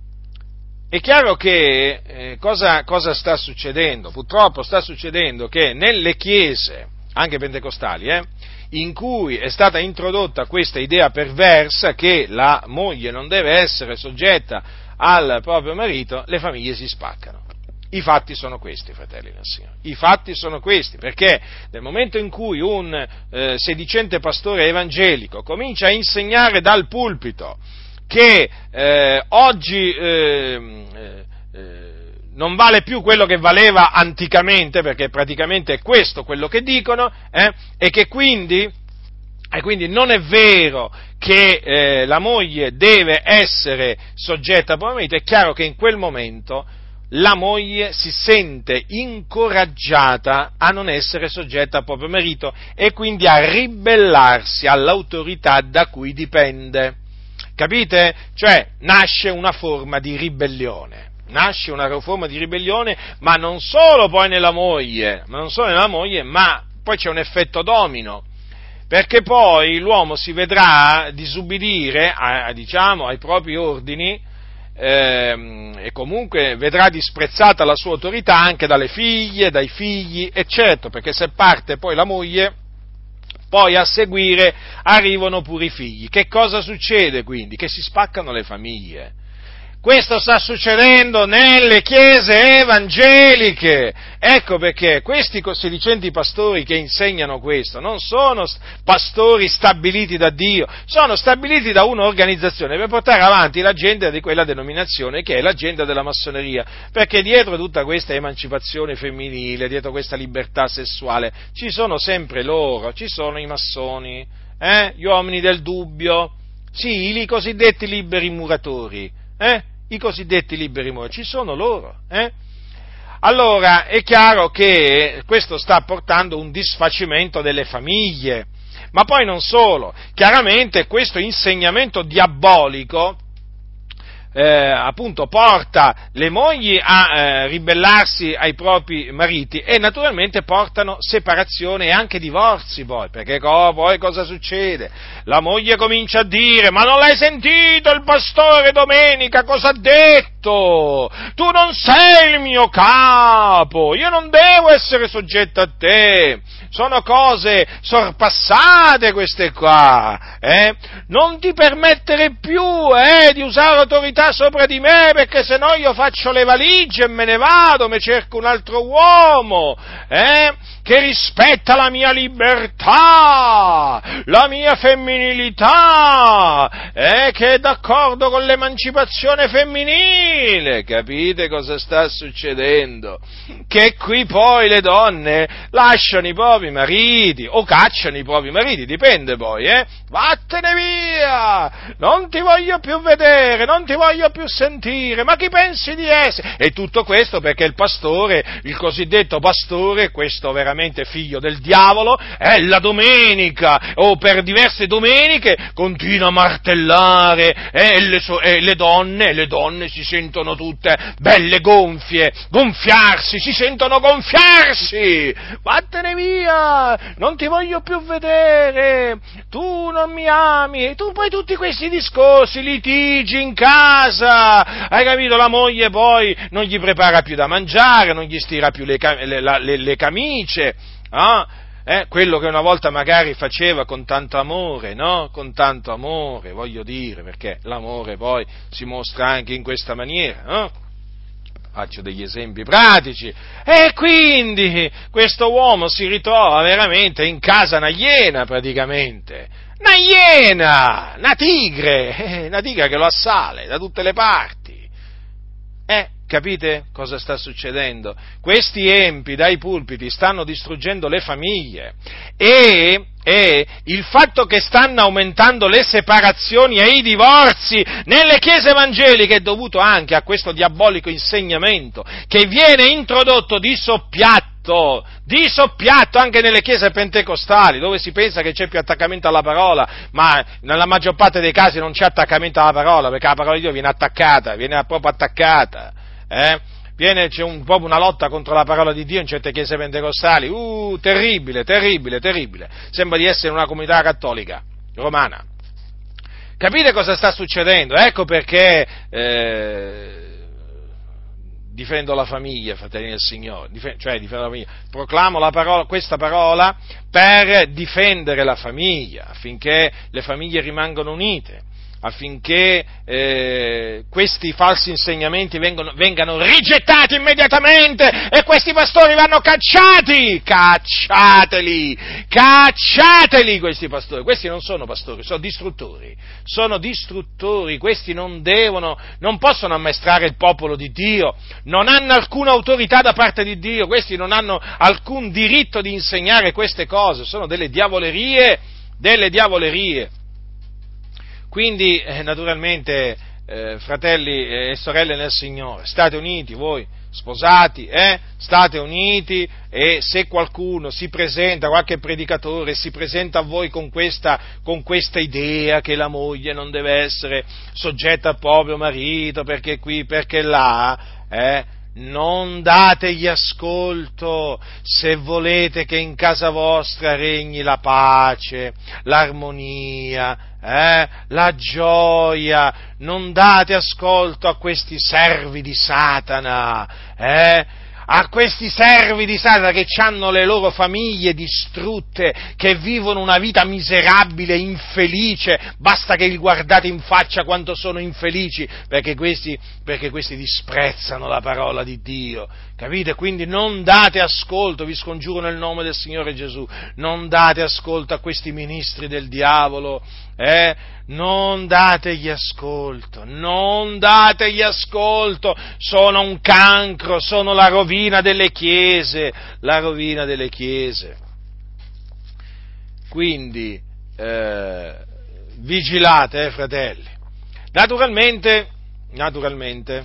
è chiaro che eh, cosa, cosa sta succedendo? Purtroppo sta succedendo che nelle chiese, anche pentecostali, eh, in cui è stata introdotta questa idea perversa che la moglie non deve essere soggetta al proprio marito, le famiglie si spaccano. I fatti sono questi, fratelli del Signore, i fatti sono questi, perché nel momento in cui un eh, sedicente pastore evangelico comincia a insegnare dal pulpito che eh, oggi eh, eh, non vale più quello che valeva anticamente, perché praticamente è questo quello che dicono, eh, e che quindi, e quindi non è vero che eh, la moglie deve essere soggetta al proprio marito, è chiaro che in quel momento la moglie si sente incoraggiata a non essere soggetta al proprio marito e quindi a ribellarsi all'autorità da cui dipende. Capite? Cioè, nasce una forma di ribellione. Nasce una forma di ribellione, ma non solo poi nella moglie, ma non solo nella moglie, ma poi c'è un effetto domino, perché poi l'uomo si vedrà disubbidire a, a, diciamo, ai propri ordini ehm, e comunque vedrà disprezzata la sua autorità anche dalle figlie, dai figli, eccetera, perché se parte poi la moglie, poi a seguire arrivano pure i figli. Che cosa succede quindi? Che si spaccano le famiglie. Questo sta succedendo nelle chiese evangeliche. Ecco perché questi sedicenti pastori che insegnano questo non sono pastori stabiliti da Dio, sono stabiliti da un'organizzazione per portare avanti l'agenda di quella denominazione che è l'agenda della massoneria, perché dietro tutta questa emancipazione femminile, dietro questa libertà sessuale, ci sono sempre loro, ci sono i massoni, eh? Gli uomini del dubbio, sì, i cosiddetti liberi muratori, eh? I cosiddetti liberi muratori, ci sono loro, eh? Allora, è chiaro che questo sta portando un disfacimento delle famiglie, ma poi non solo, chiaramente questo insegnamento diabolico Eh, appunto porta le mogli a eh, ribellarsi ai propri mariti e naturalmente portano separazione e anche divorzi poi, perché co- poi cosa succede? La moglie comincia a dire: ma non l'hai sentito il pastore domenica cosa ha detto? Tu non sei il mio capo, io non devo essere soggetta a te, sono cose sorpassate queste qua, eh? Non ti permettere più eh, di usare autorità sopra di me, perché se no io faccio le valigie e me ne vado, mi cerco un altro uomo, eh, che rispetta la mia libertà, la mia femminilità, eh, che è d'accordo con l'emancipazione femminile. Capite cosa sta succedendo? Che qui poi le donne lasciano i propri mariti, o cacciano i propri mariti, dipende poi, eh, vattene via, non ti voglio più vedere, non ti voglio più sentire, ma chi pensi di essere? E tutto questo perché il pastore, il cosiddetto pastore, questo veramente figlio del diavolo, è la domenica, o per diverse domeniche, continua a martellare, e le, so, e le donne, le donne si sentono tutte belle gonfie, gonfiarsi, si sentono gonfiarsi, vattene via, non ti voglio più vedere, tu non mi ami, e tu poi tutti questi discorsi, litigi in casa, hai capito? La moglie poi non gli prepara più da mangiare, non gli stira più le, le, le, le camicie, ah? Eh, quello che una volta magari faceva con tanto amore, no? Con tanto amore, voglio dire, perché l'amore poi si mostra anche in questa maniera, no? Faccio degli esempi pratici, e quindi questo uomo si ritrova veramente in casa una iena praticamente, una iena, una tigre, eh, una tigre che lo assale da tutte le parti. Eh, capite cosa sta succedendo? Questi empi dai pulpiti stanno distruggendo le famiglie e, e il fatto che stanno aumentando le separazioni e i divorzi nelle chiese evangeliche è dovuto anche a questo diabolico insegnamento che viene introdotto di soppiatto, di soppiatto anche nelle chiese pentecostali, dove si pensa che c'è più attaccamento alla parola, ma nella maggior parte dei casi non c'è attaccamento alla parola, perché la parola di Dio viene attaccata, viene proprio attaccata, eh? Viene, c'è un, proprio una lotta contro la parola di Dio in certe chiese pentecostali, uh, terribile, terribile, terribile, sembra di essere una comunità cattolica, romana. Capite cosa sta succedendo? Ecco perché, eh, difendo la famiglia, fratelli del Signore, dif- cioè difendo la famiglia, proclamo la parola, questa parola per difendere la famiglia, affinché le famiglie rimangano unite, affinché eh, questi falsi insegnamenti vengono, vengano rigettati immediatamente e questi pastori vanno cacciati, cacciateli, cacciateli questi pastori, questi non sono pastori, sono distruttori, sono distruttori, questi non devono, non possono ammaestrare il popolo di Dio, non hanno alcuna autorità da parte di Dio, questi non hanno alcun diritto di insegnare queste cose, sono delle diavolerie, delle diavolerie. Quindi, eh, naturalmente, eh, fratelli e sorelle nel Signore, state uniti voi, sposati, eh? State uniti, e se qualcuno si presenta, qualche predicatore, si presenta a voi con questa, con questa idea che la moglie non deve essere soggetta al proprio marito, perché qui, perché là, eh? non dategli ascolto se volete che in casa vostra regni la pace, l'armonia, eh, la gioia. Non date ascolto a questi servi di Satana, eh, a questi servi di Satana che hanno le loro famiglie distrutte, che vivono una vita miserabile, infelice, basta che li guardate in faccia quanto sono infelici, perché questi, perché questi disprezzano la parola di Dio, capite? Quindi non date ascolto, vi scongiuro nel nome del Signore Gesù, non date ascolto a questi ministri del diavolo, eh? Non dategli ascolto, non dategli ascolto, sono un cancro, sono la rovina delle chiese, la rovina delle chiese. Quindi, eh, vigilate, eh, fratelli. Naturalmente, naturalmente,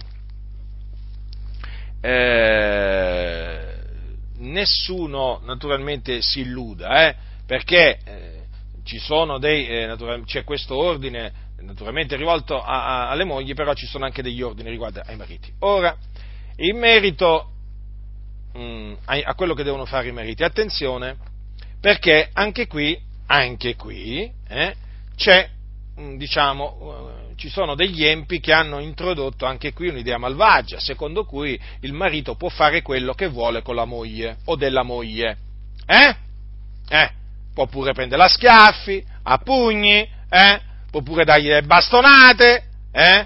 eh, nessuno, naturalmente, si illuda, eh, perché, eh, ci sono dei, eh, natural, c'è questo ordine naturalmente rivolto a, a, alle mogli, però ci sono anche degli ordini riguardo ai mariti. Ora, in merito mh, a, a quello che devono fare i mariti, attenzione, perché anche qui, anche qui, eh, c'è, mh, diciamo, uh, ci sono degli empi che hanno introdotto anche qui un'idea malvagia, secondo cui il marito può fare quello che vuole con la moglie o della moglie, eh? Eh? Può pure prenderla a schiaffi, a pugni, eh? Può pure dargli le bastonate, eh?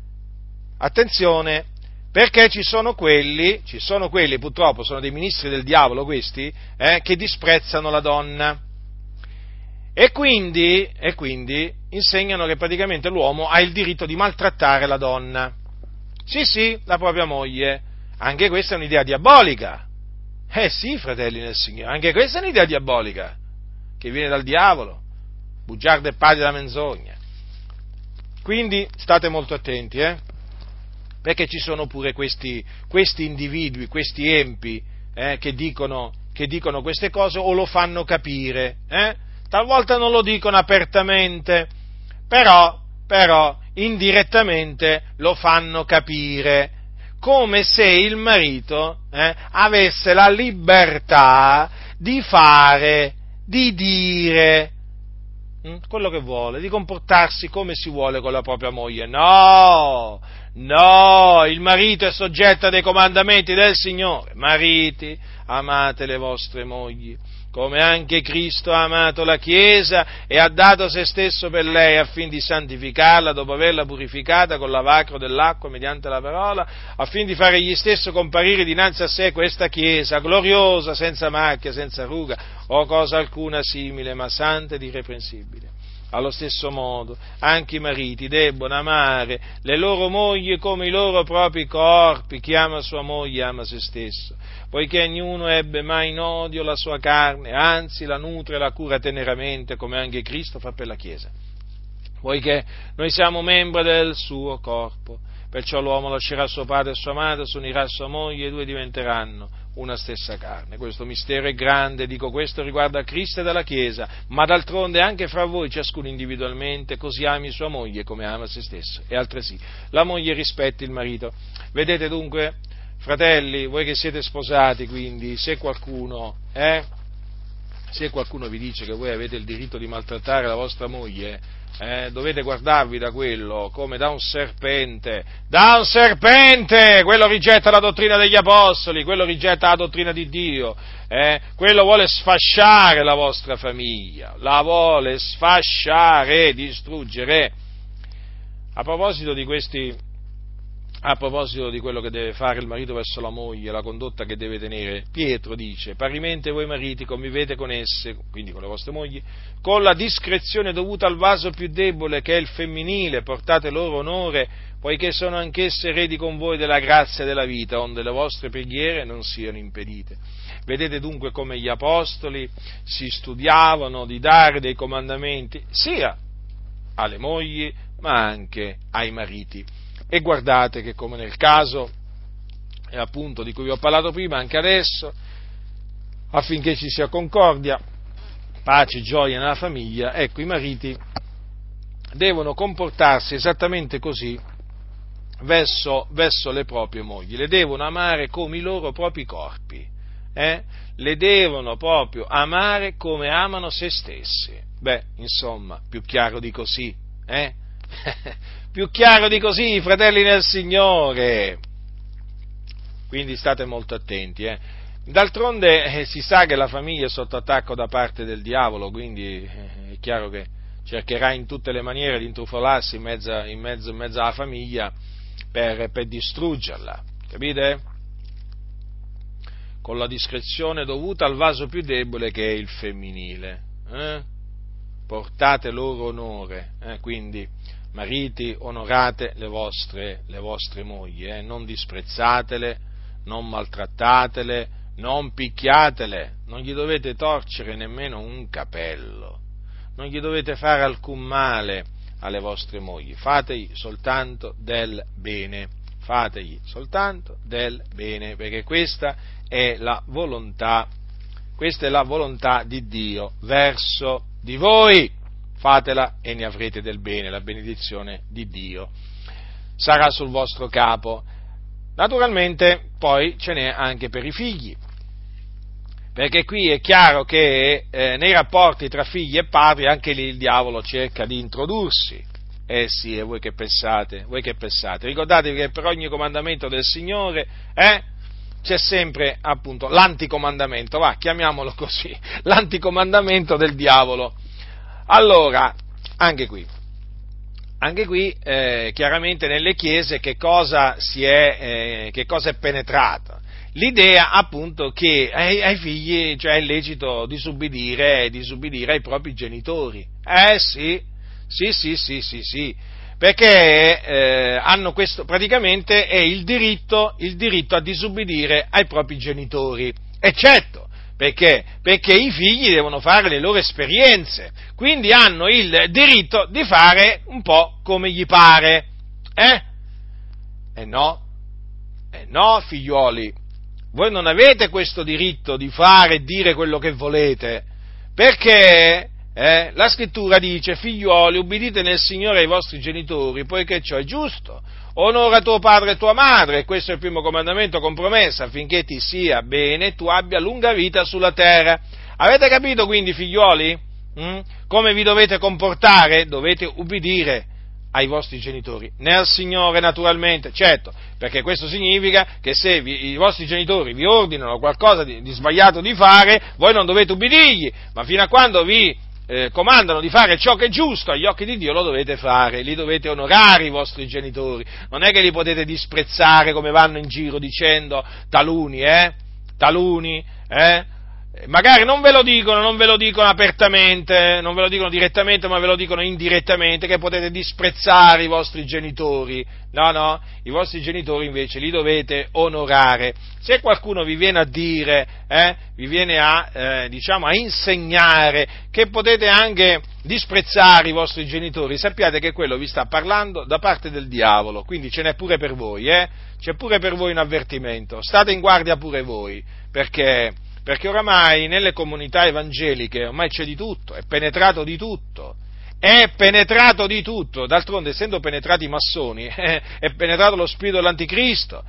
Attenzione, perché ci sono quelli, ci sono quelli, purtroppo sono dei ministri del diavolo questi, eh? Che disprezzano la donna. E quindi, e quindi insegnano che praticamente l'uomo ha il diritto di maltrattare la donna. Sì, sì, la propria moglie. Anche questa è un'idea diabolica. Eh sì, fratelli nel Signore, anche questa è un'idea diabolica, che viene dal diavolo, bugiarda e padre della menzogna. Quindi state molto attenti, eh? Perché ci sono pure questi, questi individui, questi empi, eh, che dicono, che dicono queste cose o lo fanno capire, eh? Talvolta non lo dicono apertamente, però, però indirettamente lo fanno capire, come se il marito eh, avesse la libertà di fare, di dire hm, quello che vuole, di comportarsi come si vuole con la propria moglie. No, no, il marito è soggetto dei comandamenti del Signore. Mariti, amate le vostre mogli, come anche Cristo ha amato la Chiesa e ha dato se stesso per lei affin di santificarla dopo averla purificata con l'avacro dell'acqua mediante la parola, affin di fare egli stesso comparire dinanzi a sé questa Chiesa gloriosa, senza macchia, senza ruga o cosa alcuna simile, ma santa ed irreprensibile. Allo stesso modo, anche i mariti debbono amare le loro mogli come i loro propri corpi. Chi ama sua moglie ama se stesso, poiché ognuno ebbe mai in odio la sua carne, anzi la nutre e la cura teneramente, come anche Cristo fa per la Chiesa. Poiché noi siamo membri del suo corpo, perciò l'uomo lascerà suo padre e sua madre, si unirà a sua moglie e i due diventeranno una stessa carne. Questo mistero è grande, dico questo riguardo a Cristo e alla Chiesa, ma d'altronde anche fra voi ciascuno individualmente così ami sua moglie come ama se stesso, e altresì la moglie rispetti il marito. Vedete dunque, fratelli, voi che siete sposati, quindi, se qualcuno, eh, se qualcuno vi dice che voi avete il diritto di maltrattare la vostra moglie, Eh, dovete guardarvi da quello come da un serpente, da un serpente, quello rigetta la dottrina degli apostoli, quello rigetta la dottrina di Dio, eh, quello vuole sfasciare la vostra famiglia, la vuole sfasciare, distruggere. A proposito di questi, a proposito di quello che deve fare il marito verso la moglie, la condotta che deve tenere, Pietro dice: parimente voi mariti convivete con esse, quindi con le vostre mogli, con la discrezione dovuta al vaso più debole che è il femminile, portate loro onore, poiché sono anch'esse eredi con voi della grazia e della vita, onde le vostre preghiere non siano impedite. Vedete dunque come gli apostoli si studiavano di dare dei comandamenti sia alle mogli ma anche ai mariti. E guardate che, come nel caso eh, appunto di cui vi ho parlato prima, anche adesso, affinché ci sia concordia, pace e gioia nella famiglia, ecco, i mariti devono comportarsi esattamente così verso, verso le proprie mogli, le devono amare come i loro propri corpi, eh? le devono proprio amare come amano se stessi. Beh, insomma, più chiaro di così, eh? più chiaro di così, fratelli nel Signore. Quindi state molto attenti, eh? D'altronde eh, si sa che la famiglia è sotto attacco da parte del diavolo, quindi eh, è chiaro che cercherà in tutte le maniere di intrufolarsi in mezzo, in mezzo, in mezzo alla famiglia per, per distruggerla, capite? Con la discrezione dovuta al vaso più debole che è il femminile. Eh? Portate loro onore, eh? Quindi mariti, onorate le vostre, le vostre mogli, eh? Non disprezzatele, non maltrattatele, non picchiatele, non gli dovete torcere nemmeno un capello, non gli dovete fare alcun male alle vostre mogli, fategli soltanto del bene, fategli soltanto del bene, perché questa è la volontà, questa è la volontà di Dio verso di voi. Fatela e ne avrete del bene, la benedizione di Dio sarà sul vostro capo. Naturalmente poi ce n'è anche per i figli, perché qui è chiaro che eh, nei rapporti tra figli e padri anche lì il diavolo cerca di introdursi. Eh sì, e voi che pensate? Voi che pensate? Ricordatevi che per ogni comandamento del Signore eh, c'è sempre appunto l'anticomandamento, va, chiamiamolo così, l'anticomandamento del diavolo. Allora, anche qui, anche qui eh, chiaramente nelle chiese che cosa si è, eh, che cosa è penetrata? L'idea appunto che ai, ai figli, cioè, è lecito disubbidire, disubbidire ai propri genitori. Eh sì, sì, sì, sì, sì, sì, perché eh, hanno questo, praticamente è il diritto, il diritto a disubbidire ai propri genitori, eccetto. Perché? Perché i figli devono fare le loro esperienze, quindi hanno il diritto di fare un po' come gli pare. Eh? Eh no, eh no, figliuoli, voi non avete questo diritto di fare e dire quello che volete, perché eh, la scrittura dice: figliuoli, ubbidite nel Signore ai vostri genitori, poiché ciò è giusto. Onora tuo padre e tua madre, e questo è il primo comandamento con promessa, affinché ti sia bene e tu abbia lunga vita sulla terra. Avete capito quindi, figliuoli? Mm? Come vi dovete comportare? Dovete ubbidire ai vostri genitori, nel Signore naturalmente, certo, perché questo significa che se vi, i vostri genitori vi ordinano qualcosa di, di sbagliato di fare, voi non dovete ubbidirgli, ma fino a quando vi Eh, comandano di fare ciò che è giusto agli occhi di Dio, lo dovete fare, li dovete onorare i vostri genitori, non è che li potete disprezzare come vanno in giro dicendo taluni, eh, taluni, eh, magari non ve lo dicono, non ve lo dicono apertamente, non ve lo dicono direttamente, ma ve lo dicono indirettamente, che potete disprezzare i vostri genitori. No, no, i vostri genitori invece li dovete onorare. Se qualcuno vi viene a dire, eh, vi viene a, eh, diciamo, a insegnare che potete anche disprezzare i vostri genitori, sappiate che quello vi sta parlando da parte del diavolo, quindi ce n'è pure per voi, eh, c'è pure per voi un avvertimento, state in guardia pure voi, perché Perché oramai nelle comunità evangeliche ormai c'è di tutto, è penetrato di tutto, è penetrato di tutto, d'altronde essendo penetrati i massoni, eh, è penetrato lo spirito dell'anticristo,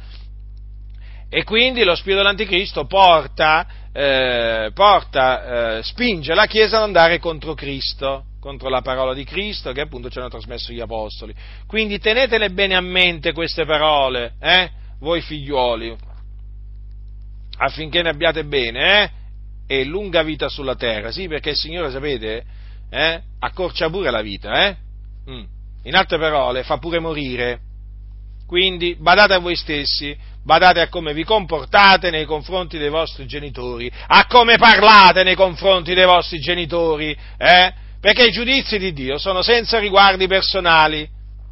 e quindi lo spirito dell'anticristo porta, eh, porta eh, spinge la Chiesa ad andare contro Cristo, contro la parola di Cristo che appunto ci hanno trasmesso gli apostoli. Quindi tenetele bene a mente queste parole, eh, voi figliuoli, affinché ne abbiate bene, eh? E lunga vita sulla terra, sì, perché il Signore, sapete, eh? accorcia pure la vita, eh? Mm. In altre parole, fa pure morire. Quindi badate a voi stessi, badate a come vi comportate nei confronti dei vostri genitori, a come parlate nei confronti dei vostri genitori, eh? Perché i giudizi di Dio sono senza riguardi personali.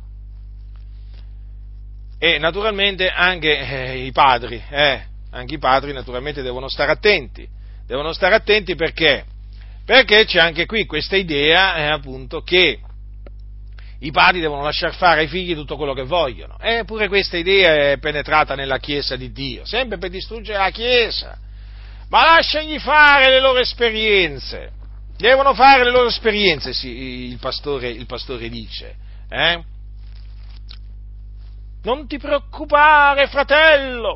E naturalmente anche eh, i padri, eh? Anche i padri naturalmente devono stare attenti, devono stare attenti perché? Perché c'è anche qui questa idea, eh, appunto, che i padri devono lasciar fare ai figli tutto quello che vogliono, e pure questa idea è penetrata nella Chiesa di Dio, sempre per distruggere la Chiesa, ma lasciagli fare le loro esperienze, devono fare le loro esperienze, sì, il pastore, il pastore dice, eh? Non ti preoccupare, fratello!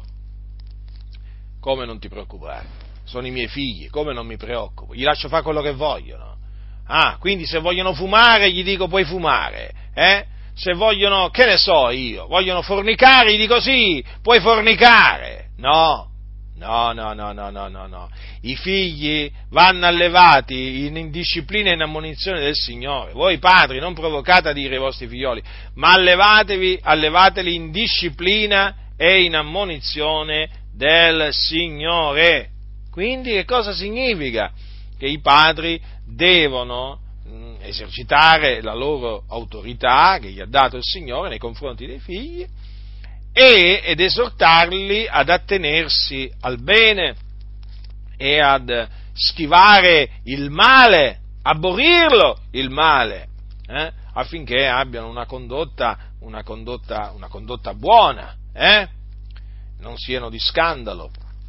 Come non ti preoccupare? Sono i miei figli, come non mi preoccupo? Gli lascio fare quello che vogliono. Ah, quindi se vogliono fumare, gli dico puoi fumare, eh? Se vogliono, che ne so io, vogliono fornicare, gli dico sì, puoi fornicare. No, no, no, no, no, no, no, no. I figli vanno allevati in, in disciplina e in ammonizione del Signore. Voi padri non provocate a dire ai vostri figlioli, ma allevatevi, allevateli in disciplina e in ammonizione del Signore. Quindi che cosa significa? Che i padri devono mh, esercitare la loro autorità che gli ha dato il Signore nei confronti dei figli e, ed esortarli ad attenersi al bene e ad schivare il male, aborrirlo il male, eh, affinché abbiano una condotta, una condotta, una condotta buona, eh, non siano di scandalo.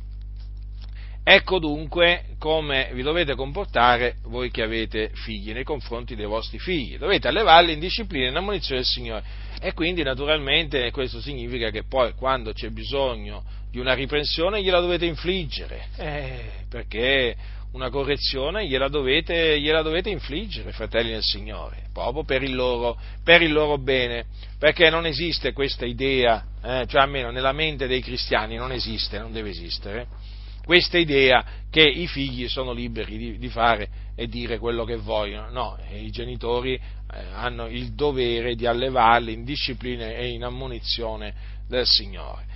Ecco dunque come vi dovete comportare voi che avete figli nei confronti dei vostri figli. Dovete allevarli in disciplina e in ammonizione del Signore. E quindi naturalmente questo significa che poi quando c'è bisogno di una riprensione gliela dovete infliggere, eh, perché una correzione gliela dovete, gliela dovete infliggere, fratelli del Signore, proprio per il loro, per il loro bene, perché non esiste questa idea, eh, cioè almeno nella mente dei cristiani non esiste, non deve esistere, questa idea che i figli sono liberi di, di fare e dire quello che vogliono. No, i genitori eh, hanno il dovere di allevarli in disciplina e in ammonizione del Signore.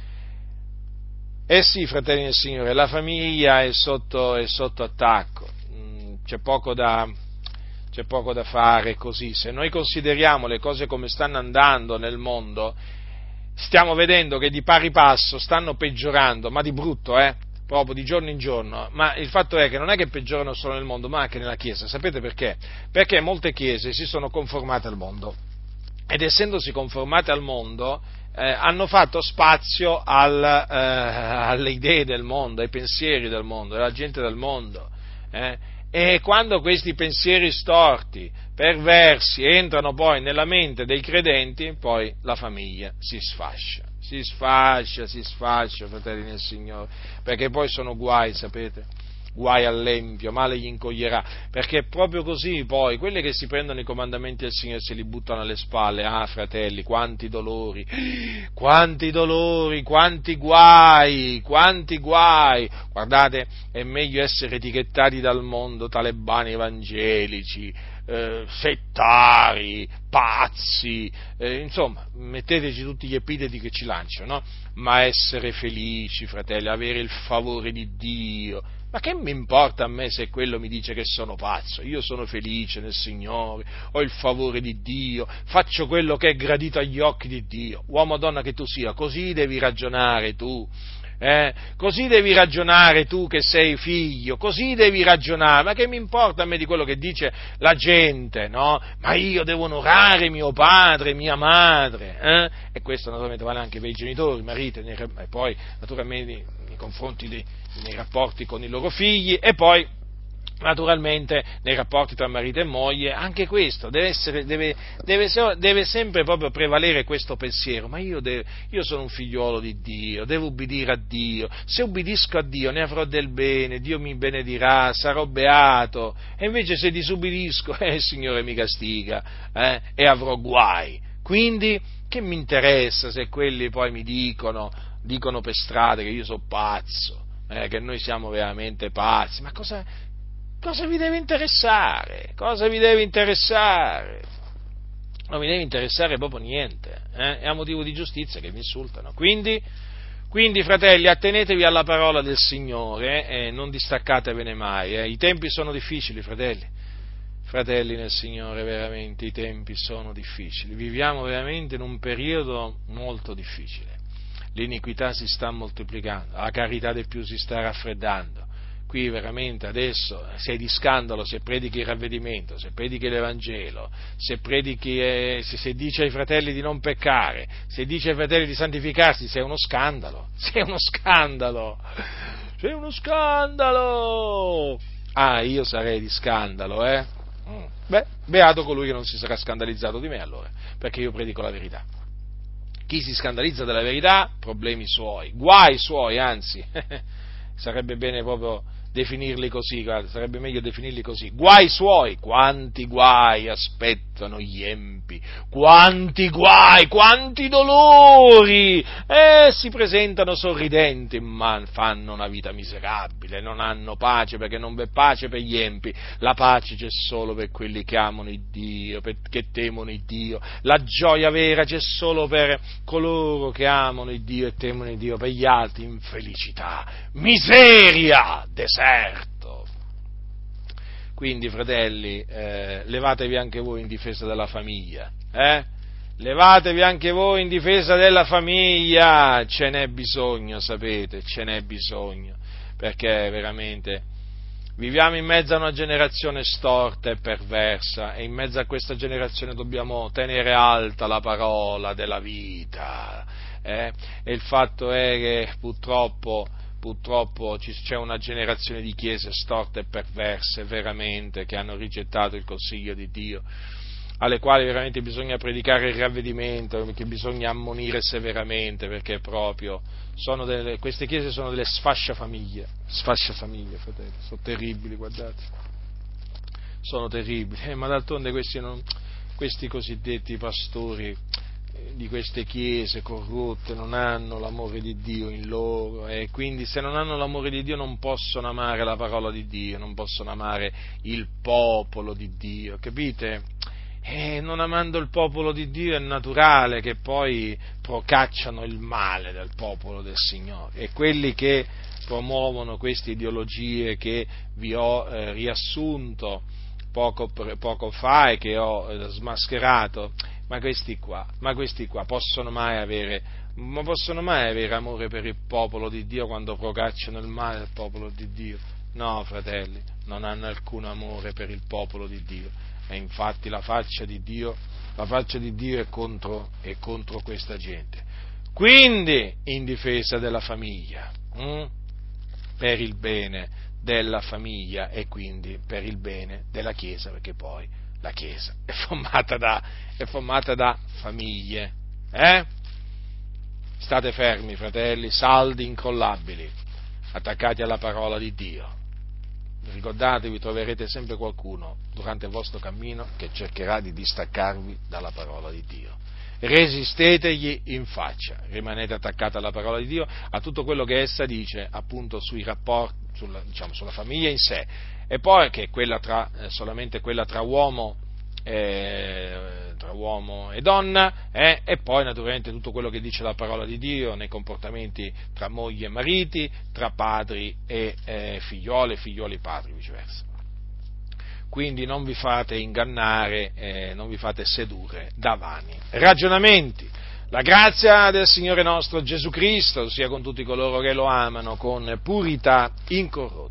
Eh sì, fratelli del Signore, la famiglia è sotto, è sotto attacco, c'è poco da, c'è poco da fare così. Se noi consideriamo le cose come stanno andando nel mondo, stiamo vedendo che di pari passo stanno peggiorando, ma di brutto, eh? proprio di giorno in giorno, ma il fatto è che non è che peggiorano solo nel mondo, ma anche nella Chiesa. Sapete perché? Perché molte Chiese si sono conformate al mondo, ed essendosi conformate al mondo, eh, hanno fatto spazio al, eh, alle idee del mondo, ai pensieri del mondo, alla gente del mondo, eh? E quando questi pensieri storti, perversi, entrano poi nella mente dei credenti, poi la famiglia si sfascia. Si sfascia, si sfascia, fratelli nel Signore, perché poi sono guai, sapete, guai all'empio, male gli incoglierà, perché proprio così poi, quelli che si prendono i comandamenti del Signore se li buttano alle spalle, ah fratelli, quanti dolori, quanti dolori, quanti guai, quanti guai, guardate, è meglio essere etichettati dal mondo talebani evangelici, Eh, settari, pazzi, eh, insomma, metteteci tutti gli epiteti che ci lanciano, no? Ma essere felici, fratelli, avere il favore di Dio, ma che mi importa a me se quello mi dice che sono pazzo? Io sono felice nel Signore, ho il favore di Dio, faccio quello che è gradito agli occhi di Dio. Uomo o donna che tu sia, così devi ragionare tu. Eh? Così devi ragionare tu che sei figlio, così devi ragionare, ma che mi importa a me di quello che dice la gente, no? Ma io devo onorare mio padre, mia madre, eh? E questo naturalmente vale anche per i genitori, marito, e poi naturalmente nei, nei confronti dei, nei rapporti con i loro figli, e poi naturalmente nei rapporti tra marito e moglie, anche questo deve essere, deve, deve, deve sempre proprio prevalere questo pensiero, ma io, de, io sono un figliuolo di Dio, devo ubbidire a Dio, se ubbidisco a Dio ne avrò del bene, Dio mi benedirà, sarò beato, e invece se disubbidisco, eh, il Signore mi castiga, eh, e avrò guai, quindi che mi interessa se quelli poi mi dicono, dicono per strada che io sono pazzo, eh, che noi siamo veramente pazzi, ma cosa... Cosa vi deve interessare? Cosa vi deve interessare? Non vi deve interessare proprio niente, eh? È a motivo di giustizia che vi insultano. Quindi, quindi fratelli, attenetevi alla parola del Signore e eh? non distaccatevene mai. Eh? I tempi sono difficili, fratelli. Fratelli nel Signore, veramente i tempi sono difficili. Viviamo veramente in un periodo molto difficile. L'iniquità si sta moltiplicando, la carità del più si sta raffreddando. Qui veramente adesso sei di scandalo se predichi il ravvedimento, se predichi l'Evangelo, se predichi, eh, se, se dici ai fratelli di non peccare, se dici ai fratelli di santificarsi, sei uno scandalo, sei uno scandalo, sei uno scandalo! Ah, io sarei di scandalo, eh? Mm. Beh, beato colui che non si sarà scandalizzato di me allora, perché io predico la verità. Chi si scandalizza della verità, problemi suoi, guai suoi, anzi, sarebbe bene proprio definirli così, guarda, sarebbe meglio definirli così, guai suoi, quanti guai aspettano gli empi, quanti guai, quanti dolori, e si presentano sorridenti, ma fanno una vita miserabile, non hanno pace, perché non v'è pace per gli empi, la pace c'è solo per quelli che amano il Dio, per, che temono il Dio, la gioia vera c'è solo per coloro che amano il Dio e temono il Dio, per gli altri infelicità, miseria, deserto. Quindi, fratelli, eh, levatevi anche voi in difesa della famiglia, eh? Levatevi anche voi in difesa della famiglia, ce n'è bisogno, sapete, ce n'è bisogno, perché veramente viviamo in mezzo a una generazione storta e perversa, e in mezzo a questa generazione dobbiamo tenere alta la parola della vita, eh? E il fatto è che purtroppo Purtroppo c'è una generazione di chiese storte e perverse, veramente, che hanno rigettato il consiglio di Dio, alle quali veramente bisogna predicare il ravvedimento, che bisogna ammonire severamente, perché proprio sono delle, queste chiese sono delle sfasciafamiglie, sfasciafamiglie, fratelli, sono terribili, guardate, sono terribili, eh, ma d'altronde questi, non, questi cosiddetti pastori di queste chiese corrotte non hanno l'amore di Dio in loro, e quindi se non hanno l'amore di Dio non possono amare la parola di Dio, non possono amare il popolo di Dio, capite? E non amando il popolo di Dio è naturale che poi procacciano il male del popolo del Signore, e quelli che promuovono queste ideologie che vi ho eh, riassunto poco, poco fa e che ho eh, smascherato, ma questi qua, ma questi qua possono mai avere, ma possono mai avere amore per il popolo di Dio quando procacciano il male del popolo di Dio? No, fratelli, non hanno alcun amore per il popolo di Dio, e infatti la faccia di Dio, la faccia di Dio è contro, è contro questa gente. Quindi, in difesa della famiglia, hm? per il bene della famiglia e quindi per il bene della Chiesa, perché poi la Chiesa è formata da, è formata da famiglie, eh? State fermi, fratelli, saldi, incrollabili, attaccati alla parola di Dio. Ricordatevi, troverete sempre qualcuno durante il vostro cammino che cercherà di distaccarvi dalla parola di Dio. Resistetegli in faccia, rimanete attaccati alla parola di Dio, a tutto quello che essa dice appunto sui rapporti, sulla, diciamo, sulla famiglia in sé, e poi che è quella tra, eh, solamente quella tra uomo, eh, tra uomo e donna, eh, e poi naturalmente tutto quello che dice la parola di Dio nei comportamenti tra mogli e mariti, tra padri e eh, figlioli e figlioli padri, viceversa. Quindi non vi fate ingannare, eh, non vi fate sedurre da vani ragionamenti. La grazia del Signore nostro Gesù Cristo sia con tutti coloro che lo amano con purità incorrotta.